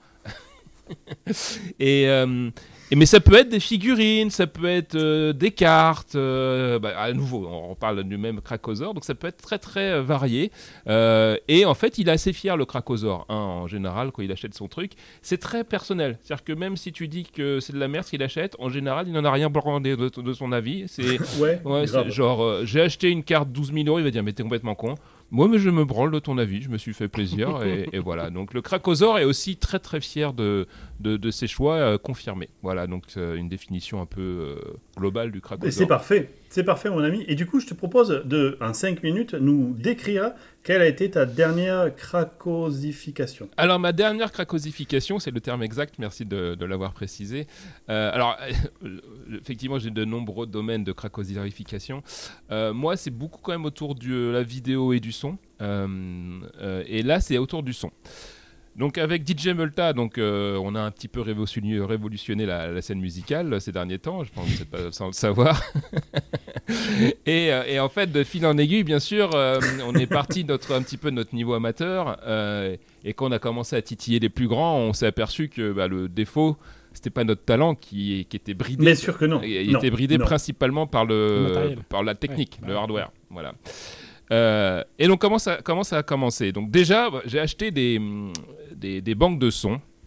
et, euh, et mais ça peut être des figurines, ça peut être euh, des cartes. Euh, bah, à nouveau, on parle du même Krakosaur, donc ça peut être très très euh, varié. Euh, et en fait, il est assez fier le Krakosaur. Hein, en général, quand il achète son truc, c'est très personnel. C'est-à-dire que même si tu dis que c'est de la merde ce qu'il achète, en général, il n'en a rien branlé de, de son avis. C'est, ouais, ouais, c'est genre, euh, j'ai acheté une carte douze mille euros, il va dire mais t'es complètement con. Moi, mais je me branle de ton avis, je me suis fait plaisir, et, et voilà. Donc, le Krakosaur est aussi très très fier de, de, de ses choix euh, confirmés. Voilà, donc euh, une définition un peu euh, globale du Krakosaur. Et c'est parfait, c'est parfait, mon ami. Et du coup, je te propose de, en cinq minutes, nous décrire quelle a été ta dernière krakosification. Alors, ma dernière krakosification, c'est le terme exact, merci de, de l'avoir précisé. Euh, alors, effectivement, j'ai de nombreux domaines de krakosification. Euh, moi, c'est beaucoup quand même autour de la vidéo et du son. Euh, euh, et là, c'est autour du son. Donc avec D J Multa, donc, euh, on a un petit peu révolutionné, révolutionné la, la scène musicale ces derniers temps, je pense que vous n'êtes pas sans le savoir. et, euh, et en fait, de fil en aiguille, bien sûr, euh, on est parti notre, un petit peu de notre niveau amateur. Euh, et quand on a commencé à titiller les plus grands, on s'est aperçu que bah, le défaut, c'était pas notre talent qui, qui était bridé. Bien sûr que non. Il non, était bridé non. principalement par, le, par la technique, ouais, le hardware. Voilà. Euh, et donc comment ça, comment ça a commencé ? Donc déjà, j'ai acheté des, des, des banques de sons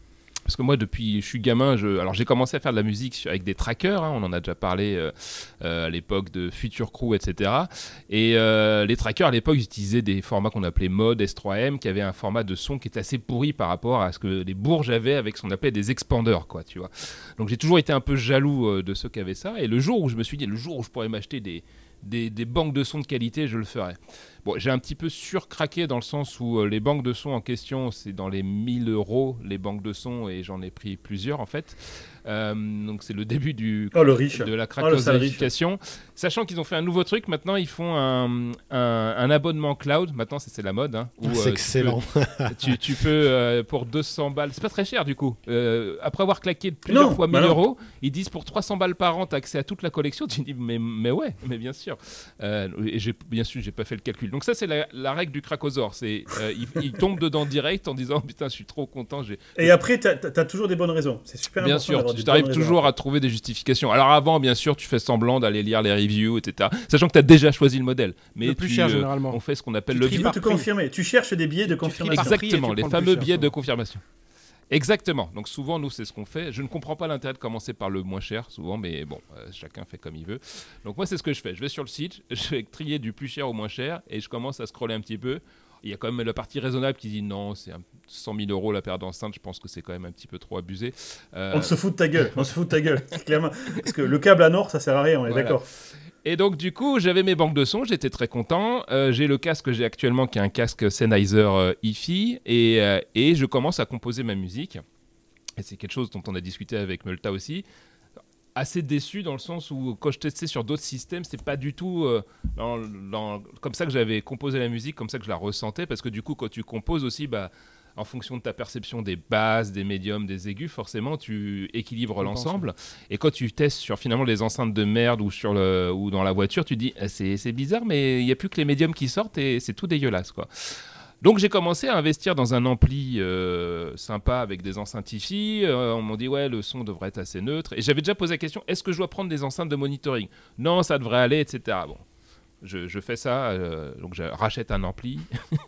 parce que moi depuis je suis gamin, je, alors j'ai commencé à faire de la musique avec des trackers, hein, on en a déjà parlé euh, euh, à l'époque de Future Crew, et cetera. Et euh, les trackers à l'époque j'utilisais des formats qu'on appelait Mod, S trois M, qui avaient un format de son qui était assez pourri par rapport à ce que les bourges avaient avec ce qu'on appelait des expanders, quoi, tu vois. Donc j'ai toujours été un peu jaloux euh, de ceux qui avaient ça, et le jour où je me suis dit, le jour où je pourrais m'acheter des Des, des banques de sons de qualité, je le ferai. Bon, j'ai un petit peu surcraqué dans le sens où euh, les banques de sons en question, c'est dans les mille euros, les banques de sons, et j'en ai pris plusieurs en fait. Euh, donc c'est le début du, oh, le riche. de la oh, cracosification. Sachant qu'ils ont fait un nouveau truc, maintenant ils font un, un, un abonnement cloud, maintenant c'est, c'est la mode. Hein, où, c'est euh, excellent. Tu peux, tu, tu peux euh, pour deux cents balles, c'est pas très cher du coup. Euh, après avoir claqué plusieurs non, fois mille bah euros, ils disent pour trois cents balles par an, t'as accès à toute la collection. Tu dis mais, mais ouais, mais bien sûr. Euh, et j'ai, bien sûr, j'ai pas fait le calcul. Donc ça c'est la, la règle du Cracosaur, c'est euh, il, il tombe dedans direct en disant putain je suis trop content. J'ai... Et après t'as, t'as toujours des bonnes raisons. C'est super bien important. Bien sûr, tu arrives toujours raisons. à trouver des justifications. Alors avant, bien sûr, tu fais semblant d'aller lire les reviews, et cetera. Sachant que tu as déjà choisi le modèle. Mais le plus tu, cher, euh, généralement. On fait ce qu'on appelle tu le biais. Tu veux te confirmer. Tu cherches des billets de confirmation. Exactement, les fameux cher, billets de confirmation. Exactement. Donc souvent, nous, c'est ce qu'on fait. Je ne comprends pas l'intérêt de commencer par le moins cher, souvent, mais bon, euh, chacun fait comme il veut. Donc moi, c'est ce que je fais. Je vais sur le site, je vais trier du plus cher au moins cher, et je commence à scroller un petit peu. Il y a quand même la partie raisonnable qui dit non, c'est cent mille euros la paire d'enceintes, je pense que c'est quand même un petit peu trop abusé. Euh... On se fout de ta gueule, on se fout de ta gueule, clairement. Parce que le câble à Nord, ça sert à rien, on est voilà. D'accord. Et donc du coup, j'avais mes banques de sons, j'étais très content. Euh, j'ai le casque que j'ai actuellement qui est un casque Sennheiser euh, hi-fi et, euh, et je commence à composer ma musique. Et c'est quelque chose dont on a discuté avec Multa aussi. Assez déçu dans le sens où quand je testais sur d'autres systèmes, c'est pas du tout euh, dans, dans, comme ça que j'avais composé la musique, comme ça que je la ressentais, parce que du coup quand tu composes aussi, bah, en fonction de ta perception des basses, des médiums, des aigus, forcément tu équilibres l'ensemble. Et quand tu testes sur finalement les enceintes de merde ou, sur le, ou dans la voiture, tu te dis eh, c'est, c'est bizarre, mais il n'y a plus que les médiums qui sortent et c'est tout dégueulasse, quoi. Donc j'ai commencé à investir dans un ampli euh, sympa avec des enceintes hi-fi. Euh, on m'a dit ouais le son devrait être assez neutre. Et j'avais déjà posé la question, est-ce que je dois prendre des enceintes de monitoring ? Non, ça devrait aller, et cetera. Bon, je, je fais ça, euh, donc je rachète un ampli.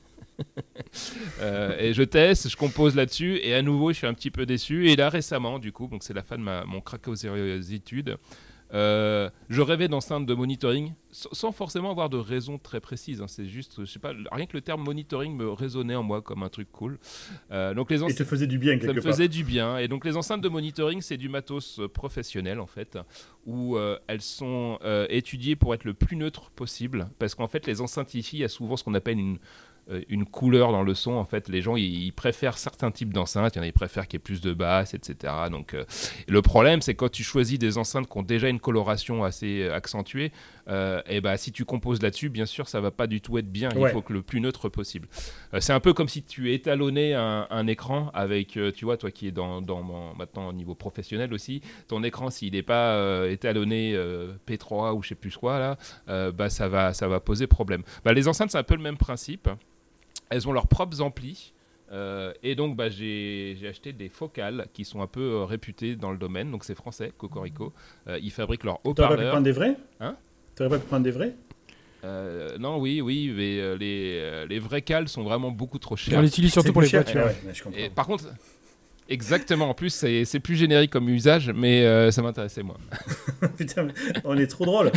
euh, et je teste, je compose là-dessus. Et à nouveau, je suis un petit peu déçu. Et là récemment, du coup, donc c'est la fin de ma, mon cracositude. Euh, je rêvais d'enceintes de monitoring sans forcément avoir de raison très précise, hein. C'est juste, je sais pas, rien que le terme monitoring me résonnait en moi comme un truc cool. Euh, donc les enc... Et te faisait du bien quelque part. Ça me part. faisait du bien. Et donc les enceintes de monitoring, c'est du matos professionnel en fait, où euh, elles sont euh, étudiées pour être le plus neutre possible, parce qu'en fait les enceintes hi-fi, il y a souvent ce qu'on appelle une une couleur dans le son. En fait, les gens ils, ils préfèrent certains types d'enceintes, il y en a qui préfèrent qu'il y ait plus de basses, et cetera. Donc euh, le problème c'est quand tu choisis des enceintes qui ont déjà une coloration assez accentuée, euh, et bah si tu composes là-dessus, bien sûr ça va pas du tout être bien. Il ouais. faut que le plus neutre possible. Euh, c'est un peu comme si tu étalonnais un, un écran avec, euh, tu vois, toi qui es dans, dans mon, maintenant au niveau professionnel aussi, ton écran s'il n'est pas euh, étalonné euh, P trois ou je sais plus quoi là, euh, bah ça va ça va poser problème. Bah, les enceintes c'est un peu le même principe. Elles ont leurs propres amplis. Euh, et donc, bah, j'ai, j'ai acheté des focales qui sont un peu euh, réputées dans le domaine. Donc, c'est français, Cocorico. Euh, ils fabriquent leurs haut-parleurs. T'aurais pas pu prendre des vrais ? Hein ? T'aurais pas pu prendre des vrais ? Euh, non, oui, oui, mais euh, les, euh, les vrais cales sont vraiment beaucoup trop chers. On l'utilise surtout c'est pour les cher, voitures. Ouais, ouais, je comprends. Et, par contre... Exactement, en plus c'est, c'est plus générique comme usage, mais euh, ça m'intéressait moi. Putain, on est trop drôle.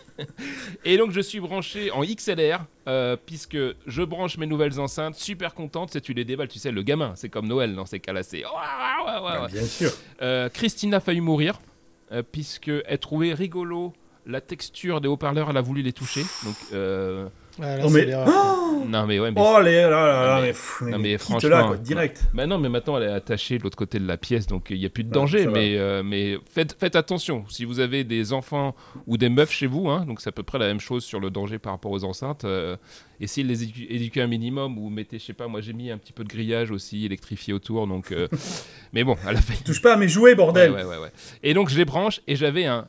Et donc je suis branché en X L R, euh, puisque je branche mes nouvelles enceintes, super contente, c'est tu les déballes, tu sais, le gamin, c'est comme Noël dans ces cas-là, c'est... Oh, ouais, ouais, ouais. Ah, bien sûr. Euh, Christina a failli mourir, euh, puisqu'elle trouvait rigolo la texture des haut-parleurs, elle a voulu les toucher, donc... Euh, Ah, là, oh, mais... oh non mais ouais mais oh les là là là mais, mais, pff, non, mais, mais franchement là, quoi, non, direct. Bah non mais maintenant elle est attachée de l'autre côté de la pièce donc il n'y a plus de ouais, danger mais euh, mais faites faites attention si vous avez des enfants ou des meufs chez vous hein, donc c'est à peu près la même chose sur le danger par rapport aux enceintes. Euh, essayez de les édu- éduquer un minimum ou mettez je sais pas moi j'ai mis un petit peu de grillage aussi électrifié autour donc euh, mais bon à la fin touche pas à mes jouets bordel. Ouais, ouais, ouais, ouais. Et donc je les branche et j'avais un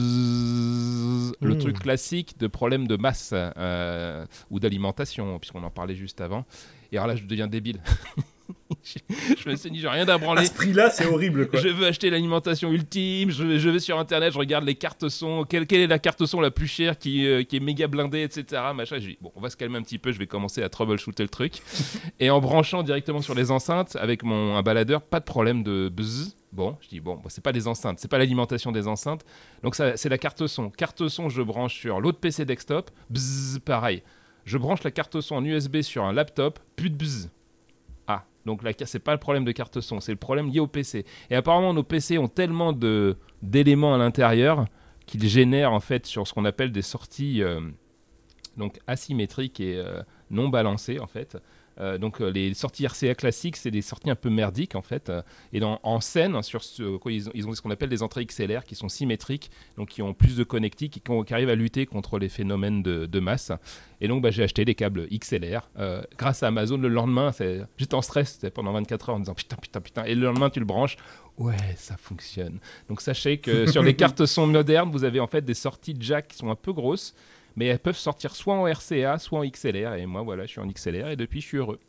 bzzz, le mmh. truc classique de problème de masse euh, ou d'alimentation puisqu'on en parlait juste avant et alors là je deviens débile. Je me suis dit, j'ai rien à À branler. ce prix-là, c'est horrible, quoi. Je veux acheter l'alimentation ultime, je vais, je vais sur internet, je regarde les cartes son, quelle, quelle est la carte son la plus chère qui, euh, qui est méga blindée, et cetera. Machin. Je dis, bon, on va se calmer un petit peu, je vais commencer à troubleshooter le truc. Et en branchant directement sur les enceintes avec mon un baladeur, pas de problème de buzz. Bon, je dis, bon, bon c'est pas des enceintes, c'est pas l'alimentation des enceintes. Donc ça, c'est la carte son. Carte son, je branche sur l'autre P C desktop, bzz, pareil. Je branche la carte son en U S B sur un laptop, plus de bzz. Ah, donc là, c'est pas le problème de carte son, c'est le problème lié au P C. Et apparemment, nos P C ont tellement de, d'éléments à l'intérieur qu'ils génèrent en fait sur ce qu'on appelle des sorties euh, donc asymétriques et euh, non balancées en fait. Euh, donc euh, les sorties R C A classiques, c'est des sorties un peu merdiques en fait. Euh, et dans, en scène, sur ce, quoi, ils, ont, ils ont ce qu'on appelle des entrées X L R qui sont symétriques, donc qui ont plus de connectiques, qui, qui arrivent à lutter contre les phénomènes de, de masse. Et donc bah, j'ai acheté des câbles X L R euh, grâce à Amazon. Le lendemain, c'est, j'étais en stress pendant vingt-quatre heures en disant putain, putain, putain. Et le lendemain, tu le branches. Ouais, ça fonctionne. Donc sachez que sur les cartes son modernes, vous avez en fait des sorties jack qui sont un peu grosses, mais elles peuvent sortir soit en R C A, soit en X L R. Et moi, voilà, je suis en X L R et depuis, je suis heureux.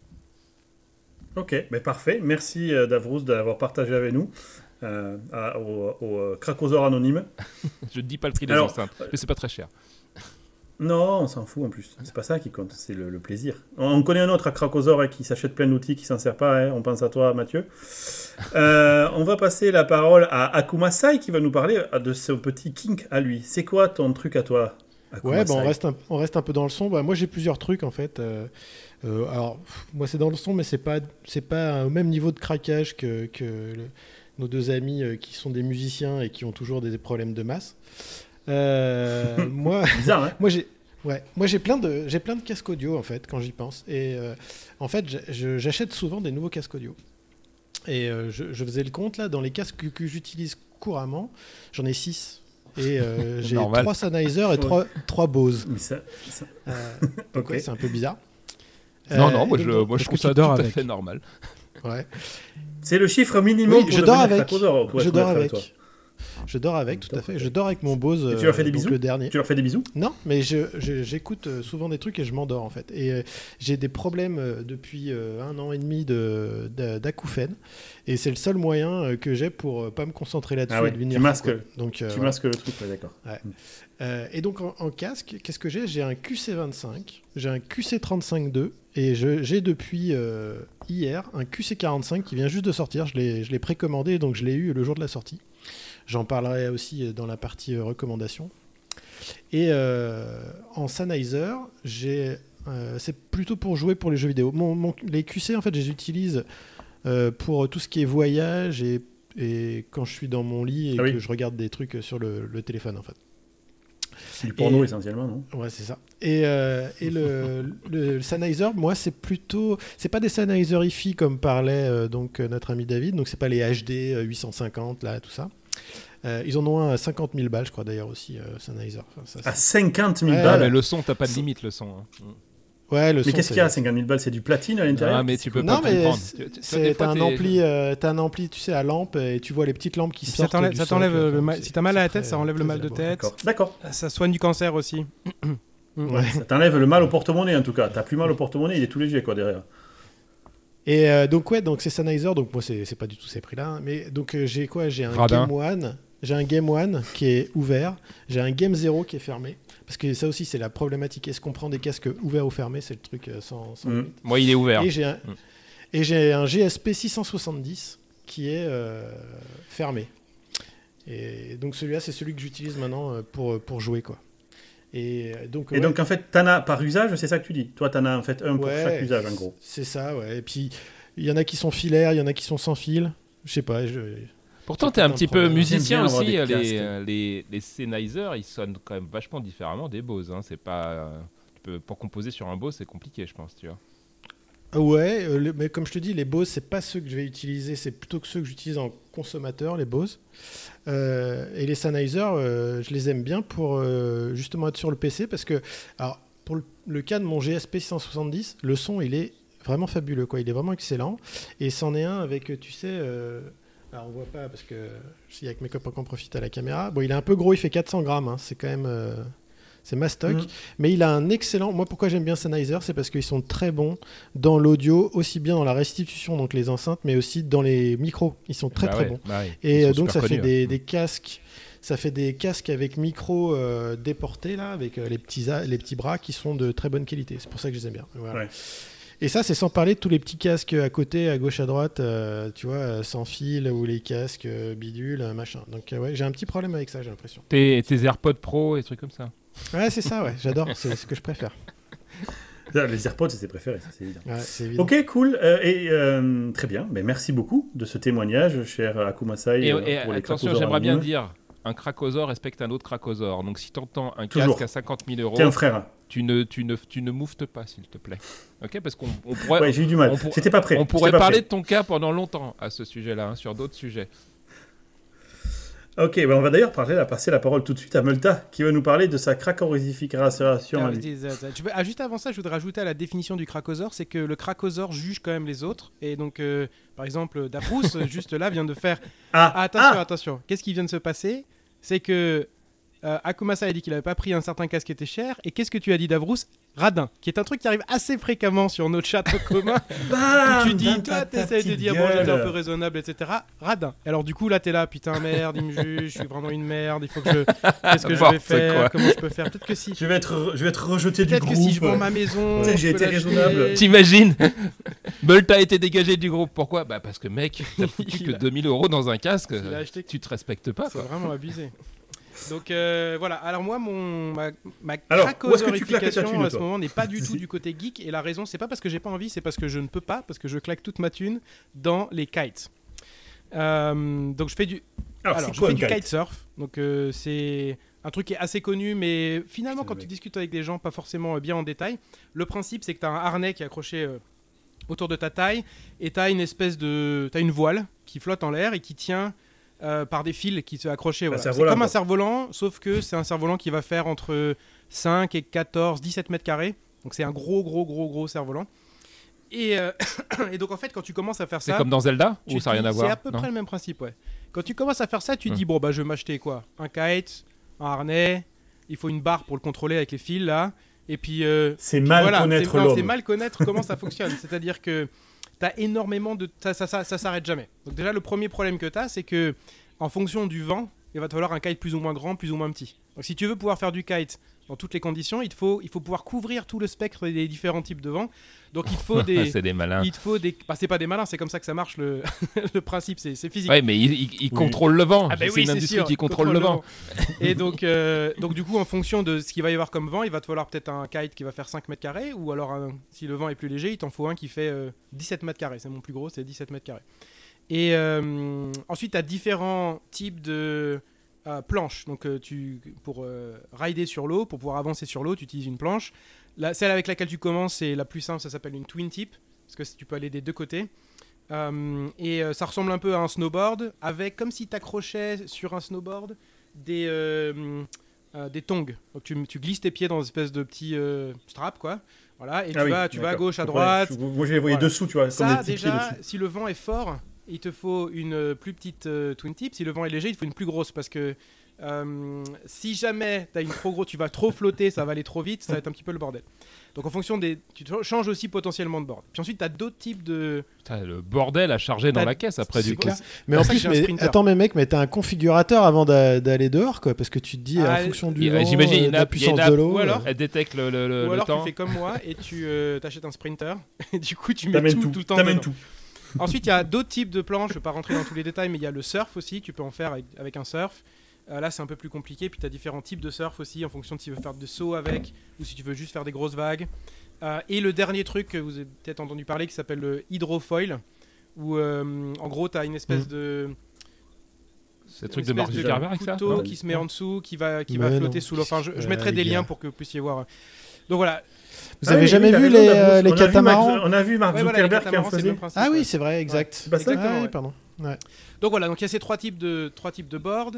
Ok, mais parfait. Merci euh, Davrous d'avoir partagé avec nous euh, à, au, au euh, Cracosaure anonyme. Je ne dis pas le prix des Alors, enceintes, mais c'est pas très cher. Non, on s'en fout en plus. C'est pas ça qui compte, c'est le, le plaisir. On, on connaît un autre à Cracosaure hein, qui s'achète plein d'outils, qui s'en sert pas. Hein. On pense à toi, Mathieu. Euh, on va passer la parole à Akumasai qui va nous parler de son petit kink à lui. C'est quoi ton truc à toi, Akumasai? Ouais, bah on, reste un, on reste un peu dans le son. Bah, moi, j'ai plusieurs trucs en fait. Euh, euh, alors, pff, moi, c'est dans le son, mais c'est pas, c'est pas au même niveau de craquage que, que le- nos deux amis euh, qui sont des musiciens et qui ont toujours des problèmes de masse. Euh, moi, Bizarre, hein? moi, j'ai, ouais, moi, j'ai plein de, j'ai plein de casques audio en fait quand j'y pense. Et euh, en fait, je- je- j'achète souvent des nouveaux casques audio. Et euh, je, je faisais le compte là dans les casques que, que j'utilise couramment, j'en ai six. Et euh, j'ai Normal. trois Sennheiser et trois, trois Bose. Mais ça- ça- Euh, donc Ok. ouais, c'est un peu bizarre. Non, Euh, non, moi et je, donc, moi, je est-ce trouve que ça tu tout dors à avec fait normal. ouais. C'est le chiffre minimum Oui, pour je dors devenir avec. Cracosaure, pour Je être dors honnête avec avec. toi. Je dors avec, tout à Dors fait. avec. Je dors avec mon Bose. Et tu leur fais des euh, donc bisous le dernier. Tu leur fais des bisous? Non, mais je, je- j'écoute euh, souvent des trucs et je m'endors en fait. Et euh, j'ai des problèmes euh, depuis euh, un an et demi de, de- d'acouphènes. Et c'est le seul moyen euh, que j'ai pour euh, pas me concentrer là-dessus Ah ouais, et devenir tu fou, masques- quoi. Donc, euh, Tu voilà. masques le truc, ouais, d'accord. Euh, et donc en, en casque, qu'est-ce que j'ai? J'ai un Q C vingt-cinq, j'ai un Q C trente-cinq deux et je- j'ai depuis euh, hier un Q C quarante-cinq qui vient juste de sortir. Je l'ai, je l'ai précommandé, donc je l'ai eu le jour de la sortie. J'en parlerai aussi dans la partie euh, recommandations. Et euh, en Sennheiser, j'ai, euh, c'est plutôt pour jouer pour les jeux vidéo. Mon, mon- les Q C, en fait, je les utilise euh, pour tout ce qui est voyage et, et quand je suis dans mon lit et Ah oui. que je regarde des trucs sur le, le téléphone, en fait. C'est du porno Et- essentiellement, non? Ouais, c'est ça. Et, euh, et le, le, le Sennheiser, moi, c'est plutôt, c'est pas des Sennheiser hi-fi comme parlait euh, donc euh, notre ami David. Donc c'est pas les H D euh, huit cent cinquante là, tout ça. Euh, ils en ont un à cinquante mille balles, je crois d'ailleurs aussi, euh, Sennheiser. Enfin, ça, À c'est- cinquante mille Ouais, Ah, balles. mais le son, t'as pas de limite, le son. hein. ouais, le Mais son, qu'est-ce c'est- qu'il y a à cinquante mille balles? C'est du platine à l'intérieur? Ah, mais tu peux Non, pas mais comprendre. c'est- Tu- tu- toi, des c'est fois, t'as un t'es- ampli, euh, t'as un ampli, tu sais, à lampe et tu vois les petites lampes qui Et puis sortent. ça t'enlève, du ça t'enlève socle, le enfin, mal. c'est- Si t'as mal à la c'est tête, très- ça enlève le très mal de élaboré. tête. D'accord. D'accord. Ça soigne du cancer aussi. Ouais. Ça t'enlève le mal au porte-monnaie en tout cas. T'as plus mal au porte-monnaie, il est tout léger quoi derrière. Et euh, donc ouais, donc c'est Sennheiser, donc moi c'est c'est pas du tout ces prix-là, hein. Mais donc euh, j'ai quoi? J'ai un Radin. Game One, j'ai un Game One qui est ouvert, j'ai un Game Zero qui est fermé, parce que ça aussi c'est la problématique. Est-ce qu'on prend des casques ouverts ou fermés? C'est le truc euh, sans, sans Mm. limite. Moi, il est ouvert. Et j'ai un, Mm. et j'ai un G S P six cent soixante-dix qui est euh, fermé. Et donc celui-là c'est celui que j'utilise maintenant euh, pour pour jouer quoi. Et euh, donc Et ouais, donc en fait, t'en as par usage, c'est ça que tu dis. Toi, t'en as en fait un pour ouais, chaque usage en gros. c'est ça, ouais. Et puis il y en a qui sont filaires, il y en a qui sont sans fil. Je sais pas. Je... Pourtant, c'est t'es un peut-être petit un peu problème. musicien J'aime bien avoir aussi. des euh, Les, casques. euh, les, les Sennheiser, ils sonnent quand même vachement différemment des Bose. Hein. C'est pas, euh, tu peux- pour composer sur un Bose, c'est compliqué, je pense. Tu vois. Ah ouais, euh, le- mais comme je te dis, les Bose, c'est pas ceux que je vais utiliser, c'est plutôt que ceux que j'utilise en consommateur, les Bose. Euh, et les Sennheiser, euh, je les aime bien pour euh, justement être sur le P C parce que, alors, pour le, le cas de mon G S P six cent soixante-dix, le son, il est vraiment fabuleux, quoi. Il est vraiment excellent. Et c'en est un avec, tu sais, euh, alors on voit pas parce que s'il y a que mes copains qui en profitent à la caméra. Bon, il est un peu gros, il fait quatre cents grammes, hein. C'est quand même, euh, c'est Mastoc. Mhm. Mais il a un excellent... Moi, pourquoi j'aime bien Sennheiser, c'est parce qu'ils sont très bons dans l'audio, aussi bien dans la restitution, donc les enceintes, mais aussi dans les micros. Ils sont très Bah très ouais, bons. bah ouais. Et Ils euh, sont donc ça super fait connus, des, ouais. des casques... Ça fait des casques avec micro euh, déportés, là, avec euh, les, petits a- les petits bras qui sont de très bonne qualité. C'est pour ça que je les aime bien. Voilà. Ouais. Et ça, c'est sans parler de tous les petits casques à côté, à gauche, à droite, euh, tu vois, euh, sans fil, ou les casques euh, bidules, euh, machin. Donc, euh, ouais, j'ai un petit problème avec ça, j'ai l'impression. Tes, tes AirPods Pro et trucs comme ça. Ouais, c'est ça, ouais, j'adore, c'est ce que je préfère. Les AirPods, c'est ses préférés, ça, c'est évident. Ouais, c'est évident. Ok, cool. Euh, et euh, très bien. Mais merci beaucoup de ce témoignage, cher Akumasai. Et, euh, et pour les attention, Krakosaures j'aimerais bien anonymes. dire, un cracosaure respecte un autre cracosaure. Donc si t'entends un Toujours. casque à cinquante mille euros, T'es un frère. tu ne, tu, ne, tu ne mouftes pas, s'il te plaît. Ok, parce qu'on on pourrait, Ouais, j'ai eu du mal. on pour- J'étais pas prêt. on pourrait J'étais pas parler prêt. de ton cas pendant longtemps à ce sujet-là, hein, sur d'autres sujets. Ok, ben on va d'ailleurs parler, là, passer la parole tout de suite à Multa, qui va nous parler de sa cracorification. à lui. Tu veux- ah, juste avant ça, je voudrais ajouter à la définition du cracosaure, c'est que le cracosaure juge quand même les autres. Et donc, euh, par exemple, Dabrous, juste là, vient de faire... Ah, Ah, attention, ah attention. Qu'est-ce qui vient de se passer? C'est que euh, Akumasa a dit qu'il n'avait pas pris un certain casque qui était cher. Et qu'est-ce que tu as dit, Dabrous? Radin, qui est un truc qui arrive assez fréquemment sur notre chat en commun. Bam, Où tu dis, dans toi, ta t'essayes de petite dire, bon, gueule. j'étais un peu raisonnable, et cetera. Radin. Alors, du coup, là, t'es là, putain, merde, il me juge, je suis vraiment une merde, il faut que je. Qu'est-ce que je vais N'importe faire? quoi. Comment je peux faire? Peut-être que si. Je vais être, je vais être rejeté du Peut-être groupe. que si je vends ma maison. Tu sais, je j'ai peux été l'acheter. raisonnable. T'imagines Bolt a été dégagé du groupe. Pourquoi? Bah parce que mec, t'as foutu Il que a- deux mille euros dans un casque. Il a acheté- Tu te respectes pas, C'est quoi. vraiment abusé. Donc euh, voilà, alors moi, mon, ma, ma Alors, où est-ce que tu claques ta cracosaurification thune, à ce toi moment n'est pas du tout Si. du côté geek. Et la raison, c'est pas parce que j'ai pas envie, c'est parce que je ne peux pas, parce que je claque toute ma thune dans les kites. Euh, donc je fais du, Alors, alors, c'est je quoi fais un du kite kitesurf. Donc euh, c'est un truc qui est assez connu, mais finalement, Putain, quand mec. tu discutes avec des gens, pas forcément euh, bien en détail. Le principe, c'est que tu as un harnais qui est accroché euh, autour de ta taille, et tu as une espèce de, t'as une voile qui flotte en l'air et qui tient euh, par des fils qui se accrochés. Voilà. C'est cerf-volant, comme un quoi. cerf-volant, sauf que c'est un cerf-volant qui va faire entre cinq et quatorze, dix-sept mètres carrés. Donc c'est un gros, gros, gros, gros cerf-volant. Et, euh, et donc en fait, quand tu commences à faire C'est ça, comme dans Zelda tu ou te ça n'a rien dis- à voir? C'est à peu Non. près le même principe, ouais. Quand tu commences à faire ça, tu te Hum. dis, bon, bah, je vais m'acheter quoi? Un kite, un harnais, il faut une barre pour le contrôler avec les fils, là. Et puis. euh, C'est puis mal voilà, connaître c'est- non, l'homme. C'est mal connaître comment ça fonctionne. C'est-à-dire que tu as énormément de. Ça, ça, ça, ça s'arrête jamais. Donc, déjà, le premier problème que tu as, c'est que en fonction du vent, il va te falloir un kite plus ou moins grand, plus ou moins petit. Donc, si tu veux pouvoir faire du kite dans toutes les conditions, il te faut, il faut pouvoir couvrir tout le spectre des différents types de vent. Donc, il te faut des. C'est des malins. Il te faut des. Bah, c'est pas des malins, c'est comme ça que ça marche le, le principe, c'est c'est physique. Ouais, mais il, il- il contrôle le vent. Ah bah c'est oui, une c'est industrie sûr, qui contrôle le vent. Et donc, euh, donc du coup, en fonction de ce qu'il va y avoir comme vent, il va te falloir peut-être un kite qui va faire cinq mètres carrés, ou alors un- si le vent est plus léger, il t'en faut un qui fait euh, dix-sept mètres carrés. C'est mon plus gros, c'est dix-sept mètres carrés. Et euh, ensuite, tu as différents types de euh, planches. Donc, euh, tu, pour euh, rider sur l'eau, pour pouvoir avancer sur l'eau, tu utilises une planche. La, celle avec laquelle tu commences, c'est la plus simple, ça s'appelle une twin tip, parce que tu peux aller des deux côtés. Euh, et euh, ça ressemble un peu à un snowboard, avec comme si tu accrochais sur un snowboard des, euh, euh, des tongs. Donc tu, tu glisses tes pieds dans une espèce de petit euh, strap, quoi. Voilà, et Ah tu, oui, vas, tu vas à d'accord. gauche, à Je droite. comprenais. Je- Moi, je les voyais Voilà. dessous, tu vois, comme des Ça, petits pieds déjà, dessus. si le vent est fort, il te faut une euh, plus petite euh, twin tip. Si le vent est léger, il te faut une plus grosse, parce que euh, si jamais tu as une trop grosse, tu vas trop flotter, ça va aller trop vite, ça va être un petit peu le bordel. Donc en fonction des... Tu te changes aussi potentiellement de board. Puis ensuite, tu as d'autres types de... Putain, le bordel à charger dans T'as- la caisse après, c'est du coup. clair. Mais pour en ça que plus, j'ai un mais, sprinter. attends, mais mec, mais t'as un configurateur avant d'a- d'aller dehors, quoi, parce que tu te dis, Ah, en fonction du il- vent, j'imagine, il y euh, a de la une app- il y a une puissance de app, l'eau. ou alors- euh, Elle détecte le, le, le, Ou le alors temps. tu fais comme moi et tu euh, t'achètes un sprinter. Et du coup, tu mets T'amènes tout, tout. tout le temps T'amènes dedans. tout. Ensuite, il y a d'autres types de planches. Je ne vais pas rentrer dans tous les détails, mais il y a le surf aussi. Tu peux en faire avec, avec un surf. Euh, là, c'est un peu plus compliqué. Puis tu as différents types de surf aussi, en fonction de si tu veux faire des sauts avec ou si tu veux juste faire des grosses vagues. Euh, et le dernier truc que vous avez peut-être entendu parler qui s'appelle le hydrofoil, où euh, en gros, tu as une espèce Mm. de. C'est le truc une de Mark espèce Zuckerberg avec ça? couteau Non. qui se met en dessous, qui va, qui Mais va non. flotter sous l'eau. Enfin, je, je Euh, mettrai des les gars. liens pour que vous puissiez voir. Donc voilà. Vous Ah avez oui, jamais oui, t'as vu raison, les, Davos. euh, les On a vu catamarans Mark- On a vu Mark Ouais, voilà, les Zuckerberg qui en catamarans, c'est le faisait. même principe, Ah oui, ouais. c'est vrai, exact. C'est pas ça Exactement, Ah oui, ouais. pardon. Ouais. Donc voilà, donc il y a ces trois types de, trois types de boards.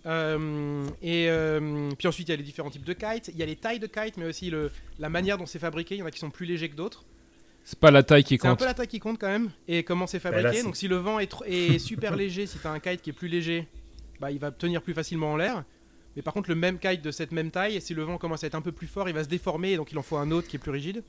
Euh, et euh, puis ensuite, il y a les différents types de kites. Il y a les tailles de kites, mais aussi le, la manière dont c'est fabriqué. Il y en a qui sont plus légers que d'autres. C'est pas la taille qui C'est un compte. peu la taille qui compte quand même. Et comment c'est fabriqué. là, c'est- donc si le vent est, tr- est super léger, si tu as un kite qui est plus léger, bah, il va tenir plus facilement en l'air. Mais par contre, le même kite de cette même taille, si le vent commence à être un peu plus fort, il va se déformer et donc il en faut un autre qui est plus rigide.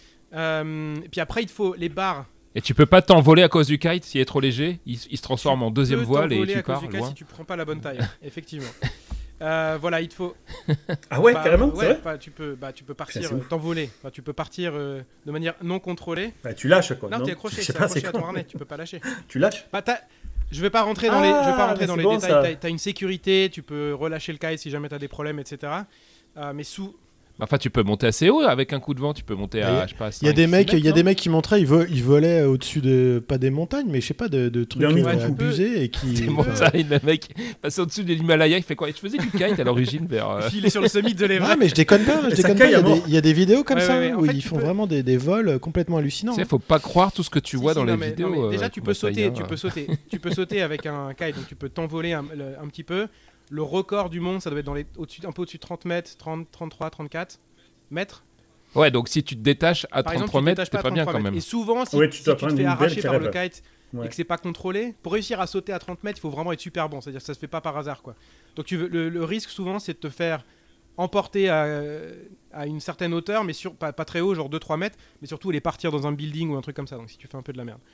Euh, et puis après, il te faut les barres. Et tu peux pas t'envoler à cause du kite s'il est trop léger, il, il se transforme Tu en deuxième peux voile et t'envoler tu à cause pars du kite loin. si tu prends pas la bonne taille, effectivement. Euh, voilà, il te faut. Ah ouais, Bah, carrément, ouais, c'est vrai. bah, tu peux, bah, tu peux partir, Putain, c'est euh, ouf. t'envoler. Enfin, tu peux partir euh, de manière non contrôlée. Bah, tu lâches quoi. Non, t'es accroché, Je sais c'est pas, accroché c'est à ton con. harnais, tu peux pas lâcher. Tu lâches. Bah, t'as- je vais pas rentrer dans Ah, les, je vais pas rentrer mais dans c'est les bon, détails. ça. T'as, t'as une sécurité, tu peux relâcher le kite si jamais t'as des problèmes, et cetera. Euh, mais sous, Enfin, tu peux monter assez haut avec un coup de vent, tu peux monter Bah, y à, a- je sais pas, Il y a cinq, des six mecs, il y a mètres, des non mecs qui montraient, ils, vo- ils volaient au-dessus de pas des montagnes, mais je sais pas de, de trucs Des euh, niveaux. abusés et qui. Des enfin, montagnes, le mec passé au-dessus de l'Himalaya, il fait quoi? Je faisais du kite à l'origine vers. euh, il est sur le summit de l'Everest. Non, mais je déconne pas, je Et ça déconne pas. Il caille y, a à mort. des, il y a des vidéos comme Ouais, ça ouais, ouais. En où fait, ils tu font peux- vraiment des, des vols complètement hallucinants. Tu sais, faut pas croire tout ce que tu vois Si, dans si, les non, mais- vidéos. non, mais déjà, euh, tu peux Komataya, sauter, tu euh. peux sauter, tu peux sauter avec un kite, donc tu peux t'envoler un, le- un petit peu. Le record du monde, ça doit être dans les, au-dessus, un peu au-dessus de trente mètres, trente, trente-trois, trente-quatre mètres. Ouais, donc si tu te détaches à Par exemple, trente-trois tu te mètres, détaches t'es pas à pas bien trente-trois quand mètres. même. Et souvent, si, Ouais, tu si dois tu te prendre fais une arracher belle par le carève. kite Ouais. et que c'est pas contrôlé, pour réussir à sauter à trente mètres, il faut vraiment être super bon. C'est-à-dire que ça se fait pas par hasard, quoi. Donc tu veux, le, le risque souvent, c'est de te faire emporter à, à une certaine hauteur, mais sur, pas, pas très haut, genre deux trois mètres, mais surtout aller partir dans un building ou un truc comme ça. Donc si tu fais un peu de la merde.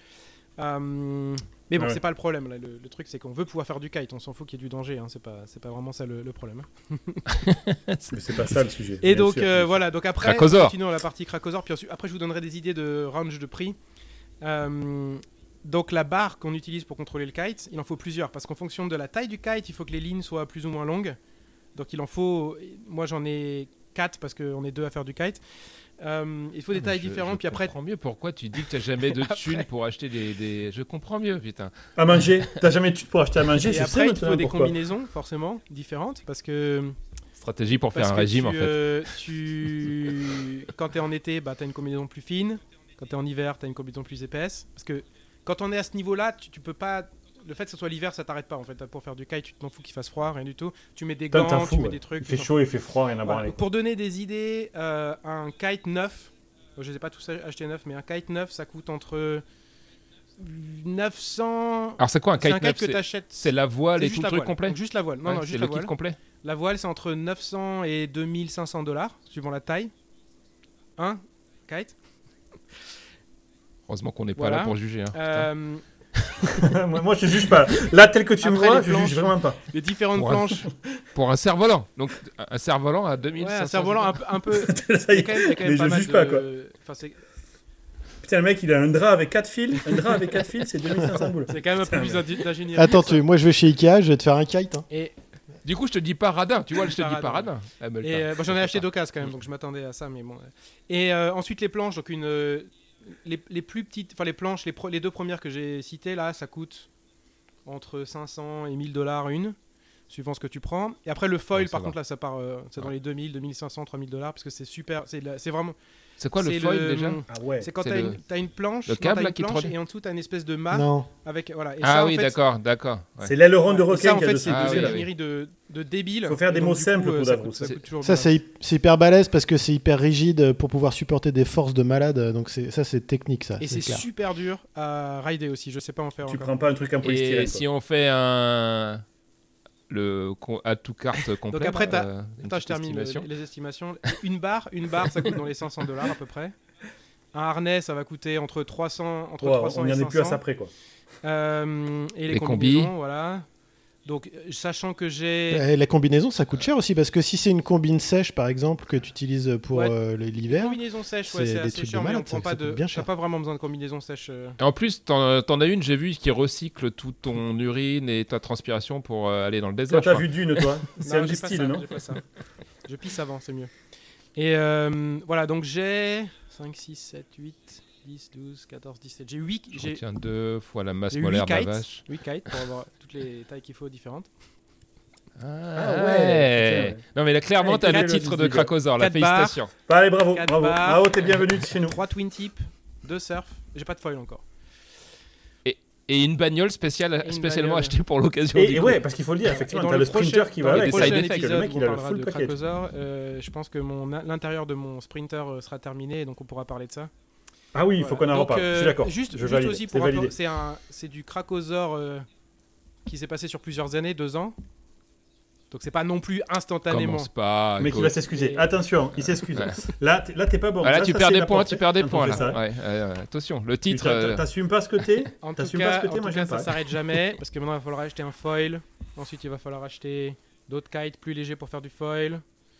Euh, mais bon, Ouais. c'est pas le problème. Là. Le, le truc, c'est qu'on veut pouvoir faire du kite. On s'en fout qu'il y ait du danger. Hein. C'est pas, c'est pas vraiment ça le, le problème. hein. Mais c'est pas ça le sujet. Et bien donc sûr. euh, voilà, donc après, Krakauer. continuons la partie Krakauer, puis ensuite, après je vous donnerai des idées de range de prix. Euh, donc la barre qu'on utilise pour contrôler le kite, il en faut plusieurs, parce qu'en fonction de la taille du kite, il faut que les lignes soient plus ou moins longues. Donc il en faut, moi j'en ai quatre parce qu'on est deux à faire du kite. Euh, il faut des Ah, tailles mais je- différentes, je puis après... comprends mieux pourquoi tu dis que t'as jamais de Après- thunes pour acheter des, des- Je comprends mieux, putain. À manger. T'as jamais de thunes pour acheter à manger. Et Je après, sais il te faut maintenant des pourquoi. combinaisons, forcément, différentes, parce que... Stratégie pour Parce faire un que régime tu, en fait. euh, tu... Quand tu es en été, bah, tu as une combinaison plus fine. Quand tu es en hiver, tu as une combinaison plus épaisse. Parce que quand on est à ce niveau-là, tu, tu peux pas. Le fait que ce soit l'hiver, ça t'arrête pas en fait. Pour faire du kite, tu t'en fous qu'il fasse froid, rien du tout. Tu mets des Putain, t'en gants, fous, tu mets ouais. des trucs. Il fait tu t'en chaud, il fait froid, rien à fous. Voilà. branler. Pour donner des idées, euh, un kite neuf, je ne sais pas tous acheter neuf, mais un kite neuf, ça coûte entre neuf cents. Alors c'est quoi un C'est kite un neuf? kite que C'est- tu achètes. C'est la voile et tout le la truc voile. complet? Donc, juste la voile. Non, Ouais, non, c'est juste le la kit voile. complet. La voile, c'est entre neuf cents et deux mille cinq cents dollars, suivant la taille. Un kite. Heureusement qu'on n'est pas Voilà. là pour juger. hein, putain. Euh, moi, moi, je juge pas. Là, tel que tu me Après, vois, les je planches. juge vraiment pas. les différentes Ouais. planches. Pour un cerf-volant. Donc un un cerf-volant à deux mille Ouais, cinq cents. un cerf-volant un peu. Un peu Ça il y y a quand même, il y a quand est. même Mais pas je mal juge de... pas, quoi. Enfin, c'est... Putain, le mec, il a un drap avec quatre fils. Un drap avec quatre fils, c'est deux mille cinq cents boules. c'est quand même un peu Putain, plus d'ing- d'ingénierie. Attends, que ça. tu, moi je vais chez Ikea, je vais te faire un kite. hein. Et, Du coup, je te dis pas radin. Tu vois, je te Pas dis pas radin. radin. Ah, bah, le et tas. euh, bah, j'en ai acheté d'occasion quand même, donc je m'attendais à ça, mais bon. Et euh, ensuite les planches, donc une, euh, les, les plus petites, enfin les planches, les, pro- les deux premières que j'ai citées là, ça coûte entre cinq cents et mille dollars une, suivant ce que tu prends. Et après le foil, Ouais, ça par va. contre là, ça part, euh, c'est dans Ouais. les deux mille, deux mille cinq cents, trois mille dollars, parce que c'est super, c'est, la- c'est vraiment. C'est quoi le c'est foil déjà? Ah ouais. C'est quand C'est t'as le- une, t'as une planche, le non, câble, t'as là, une qui te planche relie. et en dessous t'as une espèce de mât Non. avec voilà. Et Ah ça, en oui, fait, d'accord, d'accord. ouais. C'est l'aileron de Et requin ça, en qui a fait, dessus. c'est Ah, de oui, oui. l'ingénierie de, de débile. Faut faire des Et donc, mots du simples coup, pour euh, ça Davros. coûte- ça C'est- coûte toujours Ça, bien. c'est hy- c'est hyper balèze parce que c'est hyper rigide pour pouvoir supporter des forces de malade. Donc c'est- ça, c'est technique, ça. Et c'est clair. super dur à rider aussi. Je sais pas en faire Tu encore. prends pas un truc en polystyrène. Et quoi. si on fait un. Le co- à tout carte complet. Donc après, là, t'as- euh, une Attends, je petite termine estimation. euh, les estimations. Une barre, une barre, ça coûte dans les cinq cents dollars à peu près. Un harnais, ça va coûter entre trois cents, entre Wow, trois cents on et n'y en est plus à ça cinq cents. près, quoi. Euh, et les, Les combinaisons, combis. voilà. Donc, euh, sachant que j'ai... Et la combinaison, ça coûte cher aussi parce que si c'est une combine sèche, par exemple, que tu utilises pour Ouais. euh, Les l'hiver, combinaisons sèches, ouais, c'est c'est des assez trucs de cher, mais on malade, prend ça, pas ça de... coûte bien T'as cher. pas vraiment besoin de combinaisons sèches. euh. Et en plus, t'en t'en as une, j'ai vu, qui recycle toute ton urine et ta transpiration pour euh, aller dans le Toi, désert. t'as je crois. vu Dune, toi. C'est Non, un j'ai pas style, ça, non j'ai pas ça. Je pisse avant, c'est mieux. Et euh, voilà, donc j'ai cinq, six, sept, huit, dix, douze, quatorze, dix-sept. J'ai huit, Je j'ai retiens deux fois la masse j'ai molaire huit de la kites, vache. huit kites pour avoir toutes les tailles qu'il faut différentes. Ah, ouais, ouais. putain. Non mais là clairement Ouais, t'as quel le est le titre de Ziga Krakauer, la Quatre barres. félicitations. Bah, allez, bravo, Quatre bravo. barres. Bravo, t'es bienvenu chez nous. trois twin tips, deux surf. J'ai pas de foil encore. Et une bagnole spéciale, Et une spécialement bagnole. achetée pour l'occasion. Et, du et coup. ouais, parce qu'il faut le dire, Et effectivement, dans t'as le le sprinter prochain- qui dans va le avec. prochain ça. side effects, Le épisode mec, où il on a le parlera full de package. Krakauer, euh, je pense que mon l'intérieur de mon sprinter euh, sera terminé, et donc on pourra parler de ça. Ah oui, il faut qu'on en Donc, reparle. Je euh, suis d'accord. Juste, Je juste valide. aussi C'est pour validé. rapport- c'est un, c'est du Krakauer euh, qui s'est passé sur plusieurs années, deux ans. Donc c'est pas non plus instantanément. Commence pas. Mais qui va s'excuser. Et- Attention, il s'excuse. Ouais. Là, t'es, là, t'es pas bon. Ah, là, Ça, tu ça, perds c'est des la points, portée tu perds des quand on points fait là. ça. Ouais, euh, attention, le Tu titre. t'a- euh, T'assumes pas ce que t'es. En tout T'assumes pas cas, ce que en t'es, tout moi cas j'aime ça pas. s'arrête jamais parce que maintenant il va falloir acheter un foil. Ensuite il va falloir acheter d'autres kites plus légers pour faire du foil.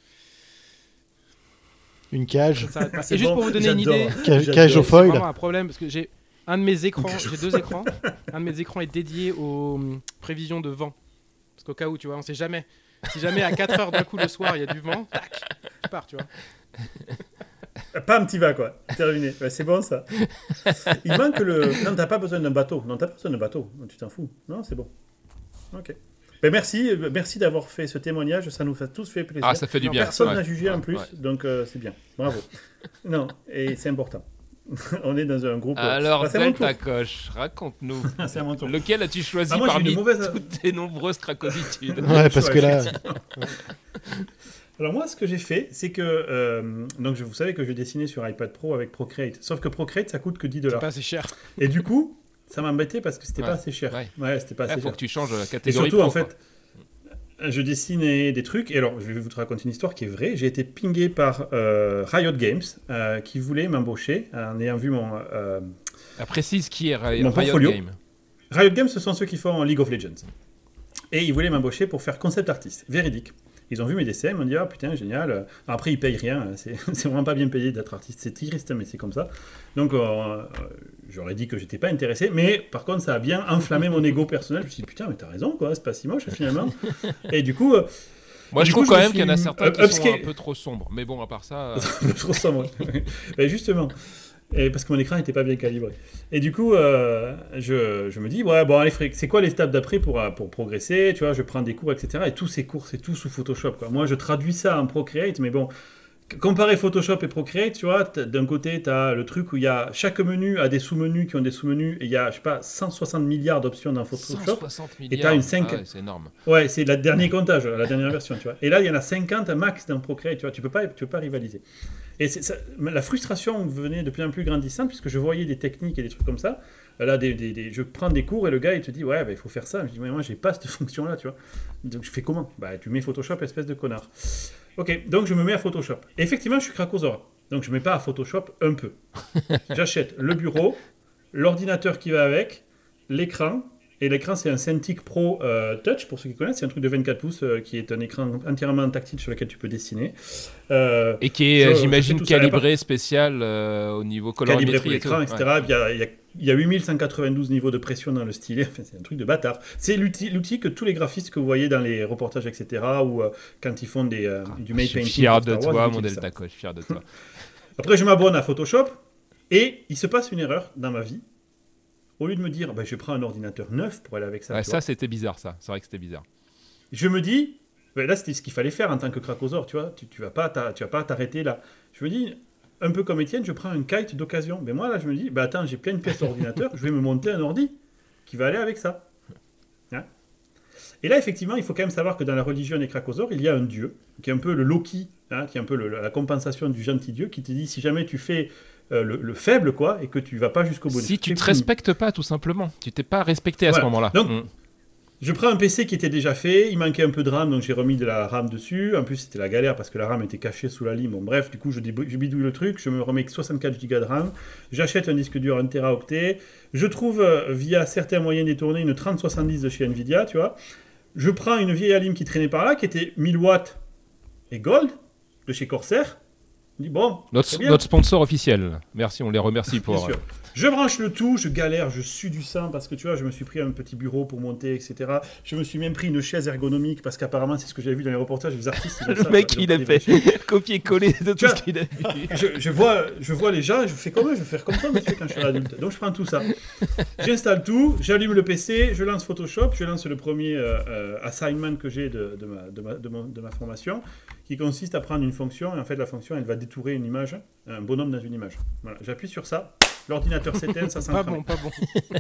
Une cage. Ça s'arrête pas. C'est Et juste bon, pour vous donner une j'adore. idée, Cage, J'adore. cage au c'est foil. vraiment un problème parce que j'ai un de mes écrans, Cage au j'ai deux écrans. Un de mes écrans est dédié aux hum, prévisions de vent. Parce qu'au cas où, tu vois, on sait jamais. Si jamais à quatre heures d'un coup le soir il y a du vent, tac, tu pars, tu vois. Pam, t'y vas quoi. Terminé. Ouais, c'est bon ça. Il manque le. Non, t'as pas besoin d'un bateau. Non, t'as pas besoin d'un bateau. Tu t'en fous. Non, c'est bon. Ok. Ben merci, euh, merci d'avoir fait ce témoignage. Ça nous a tous fait plaisir. Ah, ça fait du Non, bien. Personne ouais. n'a jugé en Ouais, plus, ouais. donc euh, c'est bien. Bravo. Non, et c'est important. On est dans un groupe. Alors, Ah, c'est à mon tour. Deltacoche, raconte-nous. Ah, c'est à mon tour. Lequel as-tu choisi Ah, moi, j'ai parmi une mauvaise- toutes tes nombreuses cracositudes Ouais, parce Ouais, que là, Alors moi, ce que j'ai fait, c'est que euh, donc je, vous savez que je dessinais sur iPad Pro avec Procreate. Sauf que Procreate, ça coûte que dix C'est dollars. pas assez cher. Et du coup, ça m'embêtait parce que c'était Ouais, pas assez cher. ouais. Ouais, c'était pas Il assez faut cher. que tu changes la Et catégorie. surtout, pro, en quoi. fait, je dessinais des trucs. Et alors, je vais vous raconter une histoire qui est vraie. J'ai été pingé par euh, Riot Games euh, qui voulait m'embaucher en ayant vu mon. euh, Ah, précise qui est Ri- Mon Riot portfolio. Game. Riot Games, ce sont ceux qui font League of Legends. Et ils voulaient m'embaucher pour faire concept artiste, véridique. Ils ont vu mes dessins, ils m'ont dit « Ah putain, génial !» Après, ils payent rien, c'est c'est vraiment pas bien payé d'être artiste, c'est triste, mais c'est comme ça. Donc, euh, euh, j'aurais dit que j'étais pas intéressé, mais par contre, ça a bien enflammé mon ego personnel. Je me suis dit « Putain, mais t'as raison, quoi, c'est pas si moche, finalement. » Et du coup... euh, Moi, du je coup, trouve je quand me même qu'il y en a suis certains qui up- sont upscale- un peu trop sombres. Mais bon, à part ça. euh, je ressemble. Ben justement. Et parce que mon écran n'était pas bien calibré. Et du coup, euh, je, je me dis, ouais, bon, allez, Frédéric, c'est quoi l'étape d'après pour, euh, pour progresser? Tu vois, je prends des cours, et cetera. Et tous ces cours, c'est tout sous Photoshop, quoi. Moi, je traduis ça en Procreate, mais bon, c- comparer Photoshop et Procreate, tu vois, t'as- d'un côté, tu as le truc où il y a chaque menu a des sous-menus qui ont des sous-menus, et il y a, je sais pas, cent soixante milliards d'options dans cent Photoshop. soixante t'as milliards. une cinq- Ah ouais, c'est énorme. Ouais, c'est le dernier comptage, la dernière version, tu vois. Et là, il y en a cinquante max dans Procreate, tu vois, tu peux pas, tu peux pas rivaliser. Et c'est ça, la frustration venait de plus en plus grandissante, puisque je voyais des techniques et des trucs comme ça. Là, des, des, des- je prends des cours et le gars, il te dit, ouais, bah, il faut faire ça. Je dis, mais moi, j'ai pas cette fonction-là, tu vois. Donc, je fais comment? Bah, tu mets Photoshop, espèce de connard. Ok, donc je me mets à Photoshop. Et effectivement, je suis cracosaure. Donc, je mets pas à Photoshop un peu. J'achète le bureau, l'ordinateur qui va avec, l'écran. Et l'écran, c'est un Cintiq Pro euh, Touch, pour ceux qui connaissent. C'est un truc de vingt-quatre pouces euh, qui est un écran entièrement tactile sur lequel tu peux dessiner. Euh, Et qui est, Je- euh, je j'imagine, fais tout ça à la calibré spécial euh, au niveau calibré colorimétrie pour et tout. l'écran, et Ouais. cetera. Puis Il y a, il y a- il y a huit mille cent quatre-vingt-douze niveaux de pression dans le stylet. Enfin, c'est un truc de bâtard. C'est l'outil, l'outil que tous les graphistes que vous voyez dans les reportages, et cetera, ou euh, quand ils font des, euh, du Je make suis painting. fier pour de Star Wars, toi, ils mon utilisent ça. Deltacoche, fier de toi. Après, je m'abonne à Photoshop et il se passe une erreur dans ma vie. Au lieu de me dire, bah, je prends un ordinateur neuf pour aller avec ça, Ouais, tu ça, vois, c'était bizarre, ça. C'est vrai que c'était bizarre. je me dis, bah, là, c'était ce qu'il fallait faire en tant que cracosaure, tu vois. Tu, tu vas pas t'a- tu vas pas t'arrêter là. Je me dis, un peu comme Étienne, je prends un kite d'occasion. Mais moi, là, je me dis, bah attends, j'ai plein de pièces d'ordinateur, je vais me monter un ordi qui va aller avec ça. Hein. Et là, effectivement, il faut quand même savoir que dans la religion des cracosaures, il y a un dieu, qui est un peu le Loki, hein, qui est un peu le- la compensation du gentil dieu, qui te dit, si jamais tu fais euh, le, le faible, quoi, et que tu vas pas jusqu'au bout. Si tu c'est te fini. respectes pas, tout simplement. Tu t'es pas respecté à Voilà. ce moment-là. Donc, Mm. Je prends un P C qui était déjà fait, il manquait un peu de RAM, donc j'ai remis de la RAM dessus. En plus, c'était la galère parce que la RAM était cachée sous la lime. Bon, bref, du coup, je, débou- je bidouille le truc, je me remets avec soixante-quatre gigas de RAM, j'achète un disque dur un téraoctet, je trouve euh, via certains moyens détournés une trente soixante-dix de chez Nvidia, tu vois. Je prends une vieille Alim qui traînait par là, qui était mille watts et gold, de chez Corsair. Je dis, bon, Notre, c'est bien. notre sponsor officiel. Merci, on les remercie pour. Bien sûr. Je branche le tout, je galère, je sue du sang parce que tu vois, je me suis pris un petit bureau pour monter, et cetera. Je me suis même pris une chaise ergonomique parce qu'apparemment, c'est ce que j'avais vu dans les reportages des artistes. ils ont Le ça, mec, quoi. Ils il ont a pris des fait vraies chaises. copier-coller de tout Tu ce vois, qu'il a vu. je, je vois, je vois les gens, je fais comment? Je vais faire comme ça, monsieur, quand je serai adulte. Donc, je prends tout ça. J'installe tout, j'allume le P C, je lance Photoshop, je lance le premier euh, euh, assignment que j'ai de, de, ma, de, ma, de, mon- de ma formation, qui consiste à prendre une fonction, et en fait, la fonction, elle va détourer une image, un bonhomme dans une image. Voilà, j'appuie sur ça, l'ordinateur s'éteint, ça Pas s'encrame. bon, pas bon.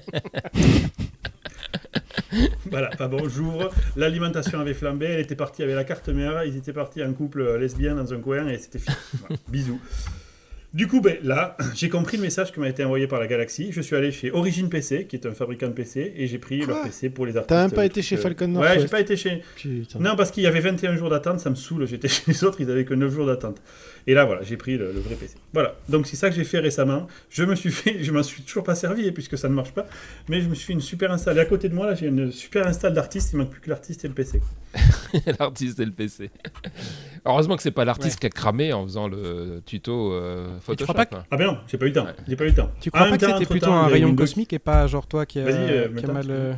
Voilà, pas bon, j'ouvre. L'alimentation avait flambé, elle était partie avec la carte mère, ils étaient partis en couple lesbien dans un coin et c'était fini. Voilà, bisous. Du coup, ben, là, j'ai compris le message qui m'a été envoyé par la Galaxy. Je suis allé chez Origin P C, qui est un fabricant de P C, et j'ai pris Quoi leur P C pour les artistes. T'as même pas le été truc, chez euh, Falcon Ouais, Northwest. j'ai pas été chez... Putain. Non, parce qu'il y avait vingt et un jours d'attente, ça me saoule. J'étais chez les autres, ils avaient que neuf jours d'attente. Et là, voilà, j'ai pris le, le vrai P C. Voilà, donc c'est ça que j'ai fait récemment. Je me suis fait... Je m'en suis toujours pas servi, puisque ça ne marche pas, mais je me suis fait une super install. Et à côté de moi, là, j'ai une super install d'artiste, il manque plus que l'artiste et le P C. L'artiste et le P C. Heureusement que c'est pas l'artiste ouais. qui a cramé en faisant le tuto euh, Photoshop. Pas que... Ah ben non, j'ai pas eu le temps. Ouais. J'ai pas eu le temps. Tu crois pas que c'était plutôt un rayon Windows... cosmique et pas genre toi qui a, euh, qui a mal... Euh...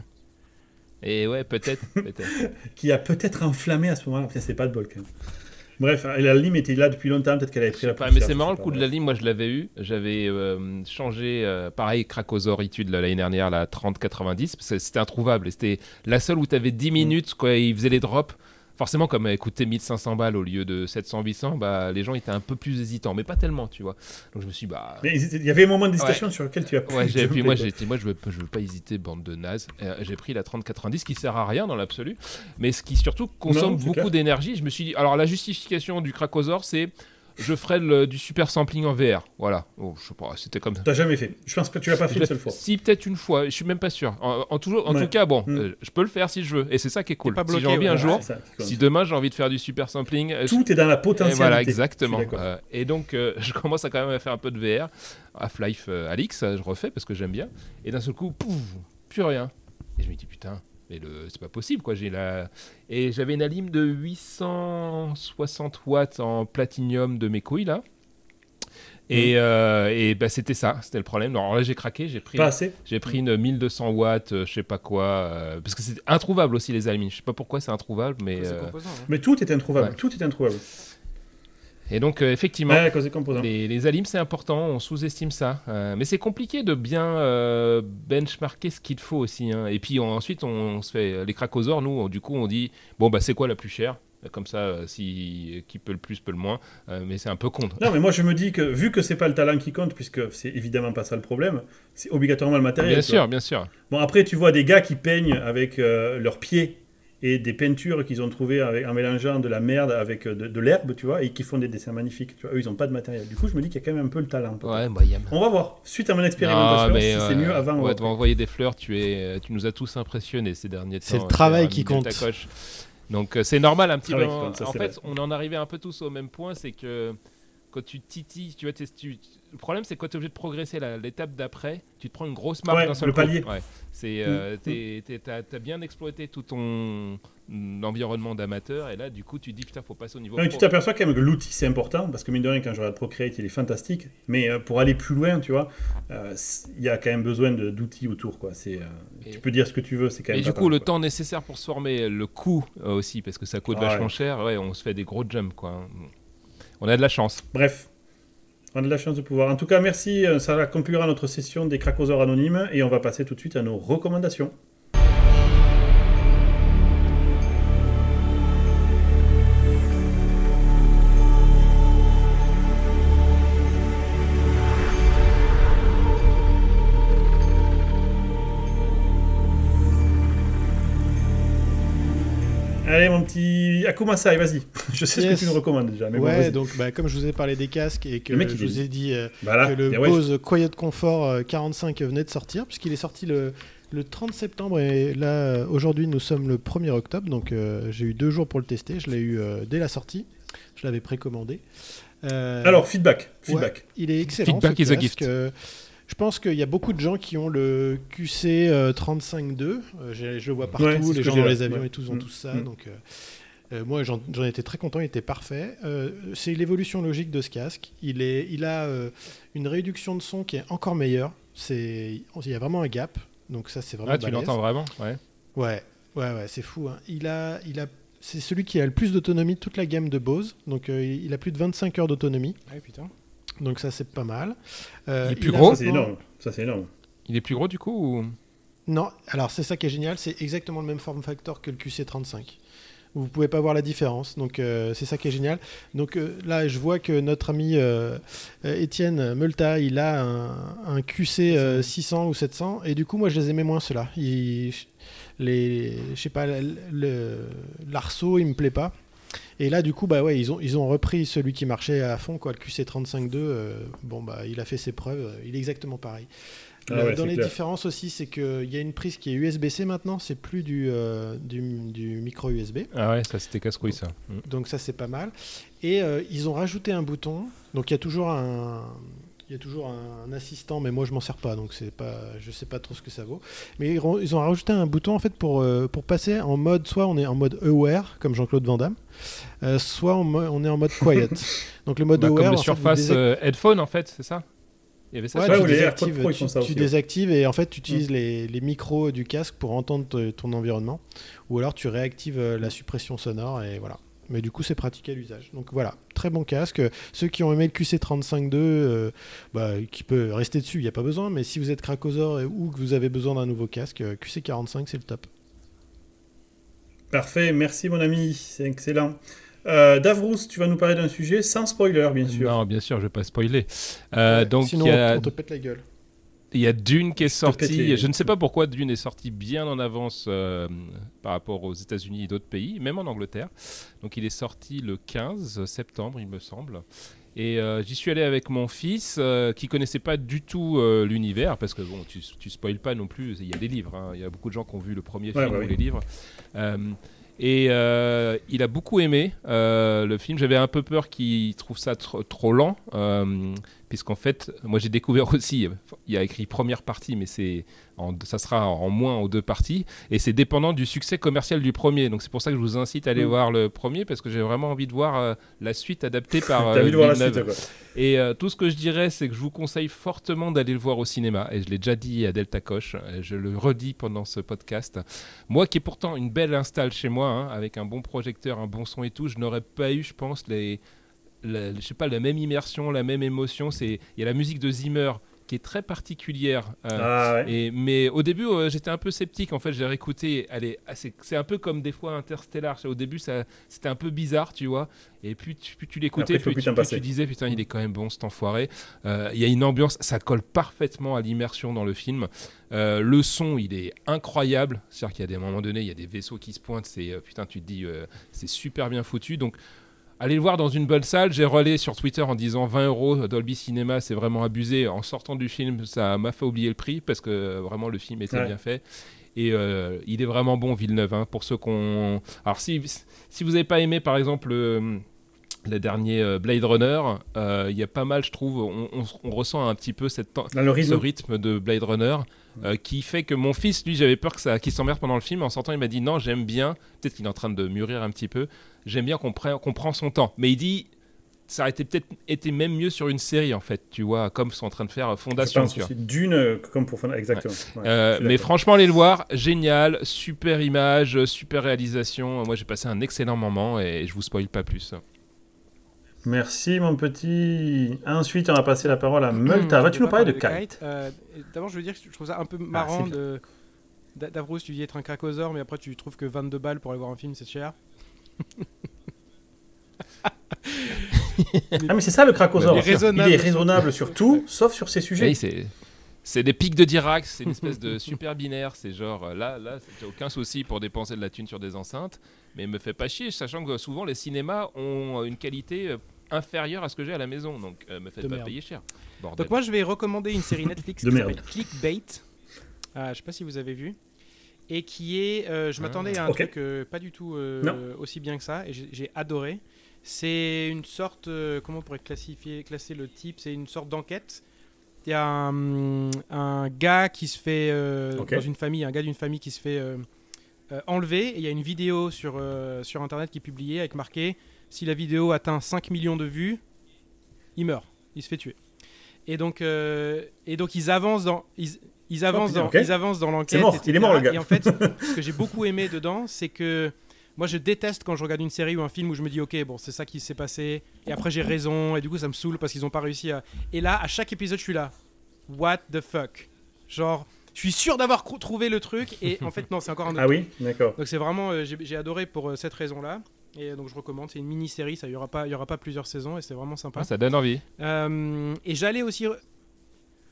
Et ouais, peut-être. peut-être. Qui a peut-être enflammé à ce moment-là. Putain, c'est pas de bol quand même. Bref, la lime était là depuis longtemps, peut-être qu'elle avait pris la poussière. Mais c'est marrant le coup de la lime, moi je l'avais eu. J'avais euh, changé, euh, pareil, Cracosaur Etude l'année dernière, la trente quatre-vingt-dix, parce que c'était introuvable. Et c'était la seule où tu avais dix minutes, quoi, il faisait les drops. Forcément, comme elle coûtait mille cinq cents balles au lieu de sept cents huit cents, bah, les gens étaient un peu plus hésitants, mais pas tellement, tu vois. Donc je me suis dit, bah. Mais il y avait un moment d'hésitation ouais. sur lequel tu as pu. Ouais, j'ai, puis moi, j'ai dit, moi, je veux, je veux pas hésiter, bande de nazes. Euh, j'ai pris la trente quatre-vingt-dix qui sert à rien dans l'absolu, mais ce qui surtout consomme non, beaucoup clair. d'énergie. Je me suis dit, alors la justification du Cracosaur, c'est. Je ferai le, du super sampling en V R. Voilà. Oh, je sais pas, c'était comme ça. T'as jamais fait. Je pense que tu l'as pas fait je une seule fois. Si, peut-être une fois. Je suis même pas sûr. En, en, toujours, en ouais. tout cas, bon, mm. euh, je peux le faire si je veux. Et c'est ça qui est cool. Pas bloqué, si j'ai envie ouais, un jour, ça, si demain j'ai envie de faire du super sampling. Tout je... est dans la potentialité. Et voilà, exactement. Euh, et donc, euh, je commence à quand même à faire un peu de V R. Half-Life euh, Alix, je refais parce que j'aime bien. Et d'un seul coup, pouf, plus rien. Et je me dis, putain. Mais le... c'est pas possible, quoi. J'ai la... Et j'avais une Alim de huit cent soixante watts en platinium de mes couilles, là. Et, mmh. euh, et bah, c'était ça, c'était le problème. Alors là, j'ai craqué, j'ai pris, pas assez. j'ai pris une mille deux cents watts, euh, je sais pas quoi, euh, parce que c'est introuvable aussi les alimines. Je sais pas pourquoi c'est introuvable, mais. C'est euh... composant, hein. Mais tout est introuvable, ouais. tout est introuvable. Et donc euh, effectivement, ouais, les, les alimes c'est important, on sous-estime ça. Euh, mais c'est compliqué de bien euh, benchmarker ce qu'il faut aussi. Hein. Et puis on, ensuite on, on se fait les Cracosaurs, nous, on, du coup on dit bon bah c'est quoi la plus chère? Comme ça, euh, si qui peut le plus peut le moins, euh, mais c'est un peu con. Non, mais moi je me dis que vu que c'est pas le talent qui compte, puisque c'est évidemment pas ça le problème, c'est obligatoirement le matériel. Bien sûr, vois. bien sûr. Bon après tu vois des gars qui peignent avec euh, leurs pieds et des peintures qu'ils ont trouvées avec, en mélangeant de la merde avec de, de l'herbe, tu vois, et qui font des dessins magnifiques. Tu vois, eux ils ont pas de matériel. Du coup je me dis qu'il y a quand même un peu le talent. Ouais, bah, y a... On va voir. Suite à mon expérimentation, non, mais, si euh, c'est mieux avant. Ouais, devant envoyer des fleurs, tu es, tu nous as tous impressionnés ces derniers temps. C'est le travail qui compte. Donc euh, c'est normal un petit ah peu. Oui, En, ça, en fait, vrai. on en arrivait un peu tous au même point, c'est que quand tu titilles, tu vois, tu, le problème c'est que quand tu es obligé de progresser la, l'étape d'après, tu te prends une grosse marque ouais, d'un seul le coup. palier. Ouais. C'est, euh, mmh. tu as bien exploité tout ton environnement d'amateur et là du coup tu te dis putain faut passer au niveau. Non, tu t'aperçois quand même que l'outil c'est important parce que mine de rien quand je regarde Procreate il est fantastique, mais euh, pour aller plus loin tu vois, il euh, y a quand même besoin de, d'outils autour quoi. C'est, euh, tu peux dire ce que tu veux, c'est quand même. Et du coup temps, le quoi. temps nécessaire pour se former, le coût euh, aussi parce que ça coûte ah, vachement ouais. cher, ouais, on se fait des gros jumps quoi. On a de la chance. Bref. On a de la chance de pouvoir. En tout cas, merci. Ça conclura notre session des Cracosaurs anonymes et on va passer tout de suite à nos recommandations. Allez mon petit Akumasai, vas-y. Je sais yes. ce que tu nous recommandes déjà. Mais ouais, bon, donc bah, comme je vous ai parlé des casques et que le mec, je vous ai dit euh, voilà. que le ouais, Bose je... Quiet Comfort euh, quarante-cinq venait de sortir, puisqu'il est sorti le, le trente septembre et là aujourd'hui nous sommes le premier octobre, donc euh, j'ai eu deux jours pour le tester. Je l'ai eu euh, dès la sortie, je l'avais précommandé. Euh, Alors feedback, feedback. Ouais, il est excellent. Feedback is a gift. Euh, Je pense qu'il y a beaucoup de gens qui ont le Q C euh, trente-cinq deux. Euh, je, je le vois partout, ouais, les gens dans les avions ouais. et tous ont mmh. tous ça. Mmh. Donc, euh, euh, moi, j'en, j'en étais très content, il était parfait. Euh, c'est l'évolution logique de ce casque. Il, est, il a euh, une réduction de son qui est encore meilleure. C'est, il y a vraiment un gap. Donc ça, c'est vraiment Ah, tu balèze. l'entends vraiment ouais. ouais, ouais, ouais, c'est fou. Hein. Il a, il a, c'est celui qui a le plus d'autonomie de toute la gamme de Bose. Donc euh, il a plus de vingt-cinq heures d'autonomie. Ah putain. Donc ça, c'est pas mal. Euh, il est plus il gros. Ça, c'est énorme. Ça, c'est énorme. Il est plus gros du coup ou... Non, alors c'est ça qui est génial, c'est exactement le même form factor que le Q C trente-cinq. Vous pouvez pas voir la différence, donc euh, c'est ça qui est génial. Donc euh, là, je vois que notre ami euh, Étienne Meulta, il a un, un Q C euh, six cents ou sept cents, et du coup, moi, je les aimais moins ceux-là. Il, les, je sais pas, le, l'arceau, il me plaît pas. Et là, du coup, bah ouais, ils ont, ils ont repris celui qui marchait à fond, quoi, le Q C trente-cinq deux. Euh, bon, bah, il a fait ses preuves. Il est exactement pareil. Ah Euh, ouais, dans c'est les clair. différences aussi, c'est qu'il y a une prise qui est U S B C maintenant. C'est plus du, euh, du, du micro U S B. Ah ouais, ça c'était casse-couille ça. Mm. Donc ça, c'est pas mal. Et euh, ils ont rajouté un bouton. Donc il y a toujours un... Il y a toujours un, un assistant, mais moi je m'en sers pas, donc c'est pas, je sais pas trop ce que ça vaut. Mais ils ont, ils ont rajouté un bouton en fait pour, euh, pour passer en mode, soit on est en mode aware comme Jean-Claude Van Damme, euh, soit on, mo- on est en mode quiet. Donc le mode Bah, aware, comme le en fait, Surface vous désac- euh, Headphone en fait, c'est ça? Il y avait ça Ouais, sur- Ouais, tu, ou les AirPods désactives, Pro, ils tu, font ça tu aussi, ouais. désactives et en fait tu utilises les, les micros du casque pour entendre te- ton environnement, ou alors tu réactives euh, la suppression sonore et voilà. Mais du coup c'est pratique à l'usage. Donc voilà, très bon casque. Ceux qui ont aimé le Q C trente-cinq deux, euh, bah, qui peut rester dessus, il n'y a pas besoin. Mais si vous êtes cracosaure et- ou que vous avez besoin d'un nouveau casque, euh, Q C quarante-cinq c'est le top. Parfait, merci mon ami, c'est excellent. Euh, Davrous, tu vas nous parler d'un sujet sans spoiler, bien sûr. Non, bien sûr, je vais pas spoiler. Euh, Ouais, donc sinon il y a on, on te pète la gueule. Il y a Dune qui est Je te pète sorti. les- Je ne sais pas pourquoi Dune est sorti bien en avance euh, par rapport aux États-Unis et d'autres pays, même en Angleterre. Donc il est sorti le quinze septembre, il me semble. Et euh, j'y suis allé avec mon fils euh, qui connaissait pas du tout euh, l'univers, parce que bon, tu, tu spoil pas non plus. Il y a des livres. hein. Il y a beaucoup de gens qui ont vu le premier Ouais, film bah ou oui. les livres. Euh, et euh, il a beaucoup aimé euh, le film. J'avais un peu peur qu'il trouve ça tr- trop lent, euh, puisqu'en fait, moi j'ai découvert aussi, il y a écrit première partie, mais c'est en- ça sera en moins en deux parties, et c'est dépendant du succès commercial du premier. Donc c'est pour ça que je vous incite à aller Mm. voir le premier, parce que j'ai vraiment envie de voir euh, la suite adaptée par T'as euh, envie de voir la Villeneuve. suite, quoi. Et euh, tout ce que je dirais, c'est que je vous conseille fortement d'aller le voir au cinéma. Et je l'ai déjà dit à Delta Coche, et je le redis pendant ce podcast. Moi qui ai pourtant une belle install chez moi, hein, avec un bon projecteur, un bon son et tout, je n'aurais pas eu, je pense, les, la, je sais pas, la même immersion, la même émotion. C'est, il y a la musique de Zimmer qui est très particulière. euh, Ah ouais. et, mais au début, euh, j'étais un peu sceptique. En fait, j'ai réécouté. Elle est assez- c'est un peu comme des fois Interstellar. Au début, ça, c'était un peu bizarre, tu vois. Et plus tu, plus tu l'écoutais, Après, tu peux plus, plus tu, t'en plus passer. tu disais, putain, il est quand même bon, cet enfoiré. Euh, Il y a une ambiance, ça colle parfaitement à l'immersion dans le film. Euh, le son, il est incroyable. C'est-à-dire qu'il y a des moments donnés, il y a des vaisseaux qui se pointent. C'est, euh, putain, tu te dis, euh, c'est super bien foutu. Donc, allez le voir dans une bonne salle. J'ai relayé sur Twitter en disant vingt euros Dolby Cinema, c'est vraiment abusé. En sortant du film, ça m'a fait oublier le prix parce que euh, vraiment le film était Ouais. bien fait. Et euh, il est vraiment bon, Villeneuve. Hein, pour ceux qu'on. Alors, si, si vous n'avez pas aimé, par exemple, euh, le dernier euh, Blade Runner, euh, il y a pas mal, je trouve. On, on- on ressent un petit peu cette ten- Dans le ce rythme. rythme de Blade Runner. euh, qui fait que mon fils, lui, j'avais peur que ça, qu'il s'emmerde pendant le film. En sortant, il m'a dit non, j'aime bien. Peut-être qu'il est en train de mûrir un petit peu. J'aime bien qu'on, prenne- qu'on prend son temps. Mais il dit, ça aurait été peut-être été même mieux sur une série, en fait, tu vois, comme sont en train de faire Je Fondation. pense Tu vois. aussi. D'une, euh, comme pour Fondation. Exactement. Ouais, Euh, je suis mais d'accord. franchement, allez le voir, génial, super image, super réalisation. Moi, j'ai passé un excellent moment et je vous spoil pas plus. Merci, mon petit. Ensuite, on va passer la parole à Multa. Je Vas-tu vais nous pas parler de parler Kite? Euh, D'abord, je veux dire que je trouve ça un peu marrant c'est de. Da- Davrous, tu dis être un cracosaure, mais après tu trouves que vingt-deux balles pour aller voir un film, c'est cher. Ah, mais c'est ça le Krakosaur. Il est raisonnable. Il est raisonnable sur tout, sauf sur ces sujets. Oui, c'est. C'est des pics de Dirac, c'est une espèce de super binaire. C'est genre euh, là, là, j'ai aucun souci pour dépenser de la thune sur des enceintes, mais me fait pas chier, sachant que souvent les cinémas ont une qualité euh, inférieure à ce que j'ai à la maison, donc euh, me faites De pas merde. payer cher. Bordel. Donc moi, je vais recommander une série Netflix De qui merde. s'appelle Clickbait. Ah, je sais pas si vous avez vu. Et qui est, euh, je Ah. m'attendais à un Ok. truc euh, pas du tout euh, Non. aussi bien que ça, et j'ai j'ai adoré. C'est une sorte, euh, comment on pourrait classifier, classer le type, c'est une sorte d'enquête. Il y a un, un gars qui se fait, euh, Ok. dans une famille, un gars d'une famille qui se fait euh, euh, enlever, et il y a une vidéo sur, euh, sur internet qui est publiée avec marqué si la vidéo atteint cinq millions de vues, il meurt, il se fait tuer. Et donc, euh, et donc ils avancent dans, ils, ils avancent putain, dans, ok. ils avancent dans l'enquête. C'est mort, et cetera. il est mort, le gars. Et en fait, ce que j'ai beaucoup aimé dedans, c'est que moi je déteste quand je regarde une série ou un film où je me dis ok bon c'est ça qui s'est passé et après j'ai raison et du coup ça me saoule parce qu'ils n'ont pas réussi à. Et là à chaque épisode je suis là, what the fuck, genre je suis sûr d'avoir cro- trouvé le truc et en fait non c'est encore un autre. Ah oui, d'accord. Donc c'est vraiment, euh, j'ai j'ai adoré pour euh, cette raison-là. Et euh, donc je recommande, c'est une mini-série, ça, il n'y aura, pas- il y aura pas plusieurs saisons et c'est vraiment sympa. Ah, ça donne envie. Euh, et j'allais aussi... re-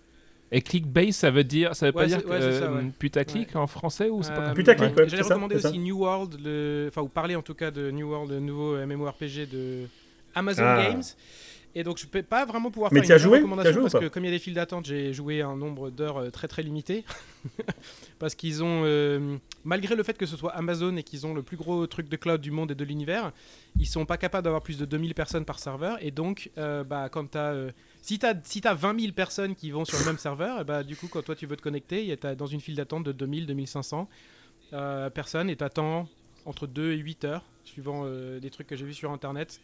Et clickbait, ça veut dire, ça veut Ouais, pas c'est- dire ouais, c'est ça, euh, ouais. putaclic en français ou c'est pas Euh, comme- Putaclic, Ouais. ouais. J'allais c'est ça, recommander c'est aussi ça. New World, le... enfin, ou parler en tout cas de New World, le nouveau MMORPG de Amazon Ah. Games. Et donc je peux pas vraiment pouvoir Mais faire t'y as une vraie joué recommandation T'y as joué ou parce pas que comme il y a des files d'attente, j'ai joué un nombre d'heures euh, très très limité. Parce qu'ils ont, euh, malgré le fait que ce soit Amazon et qu'ils ont le plus gros truc de cloud du monde et de l'univers, ils sont pas capables d'avoir plus de deux mille personnes par serveur. Et donc, euh, bah, quand t'as, euh, si tu as si t'as vingt mille personnes qui vont sur le même serveur, et bah, du coup, quand toi tu veux te connecter, tu es dans une file d'attente de deux mille, deux mille cinq cents euh, personnes et tu attends entre deux et huit heures, suivant euh, les trucs que j'ai vus sur Internet.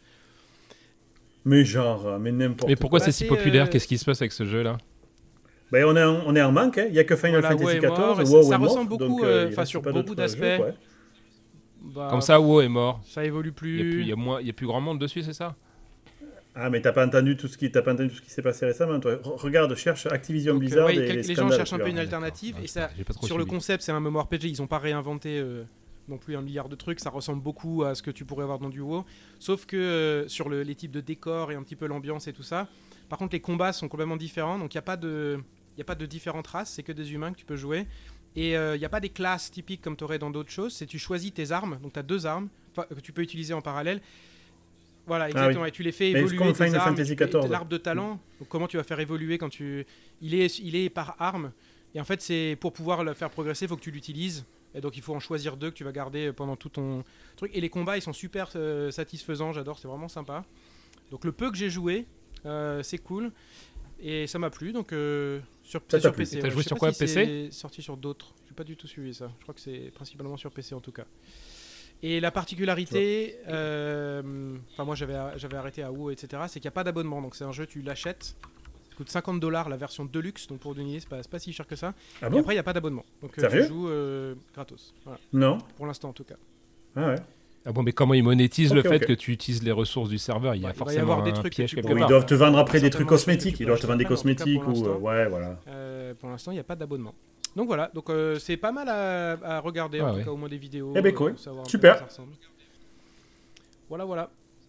Mais genre, mais n'importe Mais pourquoi Bah, c'est si c'est, populaire euh, Qu'est-ce qui se passe avec ce jeu-là? Ben, on, est en, on est en manque, hein. Il n'y a que Final Voilà, WoW Fantasy est mort, quatorze, et ça- WoW ça est mort, ressemble beaucoup, donc, euh, il enfin, reste sur pas beaucoup d'autres d'aspects. jeux, ouais. Bah, Comme ça, WoW est mort. ça évolue Il plus. y a plus, il y a moins, il y a plus grand monde dessus, c'est ça? Ah, mais t'as pas entendu tout ce qui, t'as pas entendu tout ce qui s'est passé récemment, toi. Re- Regarde, cherche Activision Donc, euh, Blizzard ouais, et quel- les les gens scandales, cherchent un tu peu une verras. alternative Ouais, et ça, j'ai pas trop sur le suivi. concept, c'est un MMORPG, ils ont pas réinventé euh, non plus un milliard de trucs, ça ressemble beaucoup à ce que tu pourrais avoir dans du WoW, sauf que euh, sur le- les types de décors et un petit peu l'ambiance et tout ça, par contre les combats sont complètement différents, donc il n'y a pas de il y a pas de différentes races, c'est que des humains que tu peux jouer. Et il euh, n'y a pas des classes typiques comme tu aurais dans d'autres choses, c'est tu choisis tes armes, donc tu as deux armes enfin, que tu peux utiliser en parallèle. Voilà, exactement, oui. et tu les fais Mais évoluer comme tes Final armes, Fantasy tu- quatorze. l'arbre de talent, donc comment tu vas faire évoluer quand tu... Il est, il est par arme, et en fait, c'est pour pouvoir le faire progresser, il faut que tu l'utilises. Et donc, il faut en choisir deux que tu vas garder pendant tout ton truc. Et les combats, ils sont super euh, satisfaisants, j'adore, c'est vraiment sympa. Donc, le peu que j'ai joué, euh, c'est cool. Et ça m'a plu, donc euh, sur, Ça c'est t'a sur plu. P C. Et t'as ouais. joué Je sais sur pas quoi, si P C? c'est sorti sur d'autres. J'ai pas du tout suivi ça. Je crois que c'est principalement sur P C en tout cas. Et la particularité, euh, enfin moi j'avais j'avais arrêté à WoW, et cetera, c'est qu'il n'y a pas d'abonnement. Donc c'est un jeu, tu l'achètes, ça coûte cinquante dollars la version Deluxe, donc pour donner, c'est pas, c'est pas si cher que ça. Ah Et bon? après il n'y a pas d'abonnement. Donc euh, Sérieux tu joues euh, gratos. Voilà. Non? Pour l'instant en tout cas. Ah ouais. Ah bon, mais comment ils monétisent Ok, le fait ok. que tu utilises les ressources du serveur? Il y a Bah, il va y forcément avoir des un trucs que piège tu quelque pourras- Ou ils part. doivent te vendre après des Certainement trucs des trucs que cosmétiques, tu ils peux doivent te vendre des acheter. Mais en tout cas, cosmétiques pour ou... euh, l'instant, Ouais, voilà. Euh, pour l'instant il n'y a pas d'abonnement. Donc voilà, donc euh, c'est pas mal à, à regarder, Ah en ouais. tout cas au moins des vidéos. Eh ben, euh, cool. pour savoir un peu Super. à quoi ça ressemble. Voilà, voilà.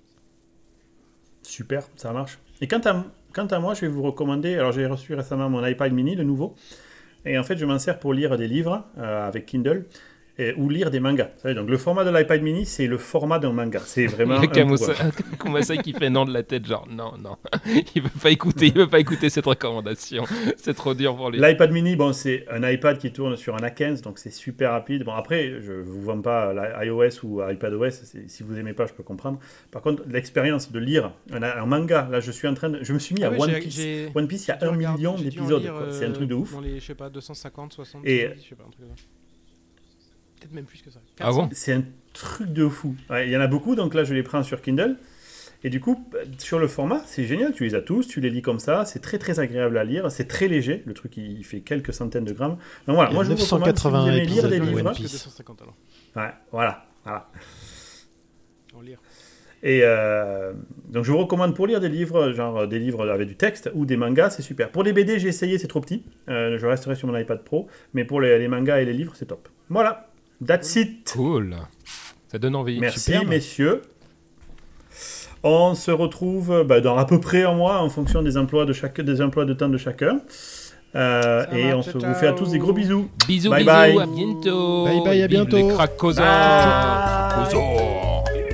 Super, ça marche. Et quant à, quant à moi, je vais vous recommander, alors j'ai reçu récemment mon iPad mini, le nouveau, et en fait je m'en sers pour lire des livres euh, avec Kindle, et, ou lire des mangas. Vous savez, donc le format de l'iPad mini, c'est le format d'un manga. C'est vraiment... Il y a un Kamosa- pouvoir. Kumasai qui fait non de la tête, genre non, non. Il veut pas écouter, il veut pas écouter cette recommandation. C'est trop dur pour lui. L'iPad mini, bon, c'est un iPad qui tourne sur un A quinze, donc c'est super rapide. Bon, après, je ne vous vends pas l'iOS ou iPadOS, c'est- si vous aimez pas, je peux comprendre. Par contre, l'expérience de lire un, un manga, là, je suis en train de... Je me suis mis Ah à oui, One j'ai- Piece. j'ai- One Piece, il y a j'ai dû un regarder- million j'ai dû en d'épisodes, lire, quoi. C'est un euh, truc de ouf. Dans les, je sais pas, deux cent cinquante, soixante, Et- soixante-dix, je sais pas, un truc comme ça. Peut-être même plus que ça. Ah bon? C'est un truc de fou. Ouais, il y en a beaucoup, donc là, je les prends sur Kindle. Et du coup, sur le format, c'est génial. Tu les as tous, tu les lis comme ça. C'est très, très agréable à lire. C'est très léger. Le truc, il fait quelques centaines de grammes. Donc voilà, Il y a moi, je vous neuf cent recommande, si vous quatre-vingts aimez lire des épisodes de livres... One Plus que Piece. deux cent cinquante alors. Ouais, voilà, voilà. En lire. Et euh, donc, je vous recommande pour lire des livres, genre des livres avec du texte ou des mangas, c'est super. Pour les B D, j'ai essayé, c'est trop petit. Euh, je resterai sur mon iPad Pro. Mais pour les, les mangas et les livres, c'est top. Voilà, that's it. Cool. Ça donne envie. Merci, Superbe. messieurs. On se retrouve bah, dans à peu près un mois en fonction des emplois de, chaque, des emplois de temps de chacun. Euh, Ça et va, on ciao, se vous ciao. fait à tous des gros bisous. Bisous, Bye bisous, bye. à bientôt. Bye bye, à Et vive bientôt. les Krakosa. Bye. Krakosa.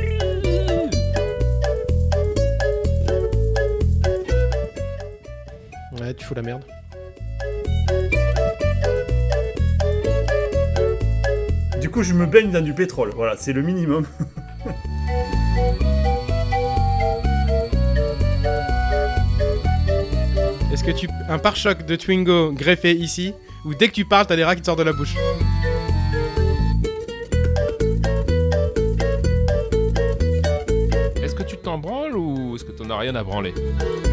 Ouais, tu fous la merde. Du coup, je me baigne dans du pétrole. Voilà, c'est le minimum. Est-ce que tu. Un pare-choc de Twingo greffé ici, ou dès que tu parles, t'as des rats qui te sortent de la bouche? Est-ce que tu t'en branles ou est-ce que t'en as rien à branler?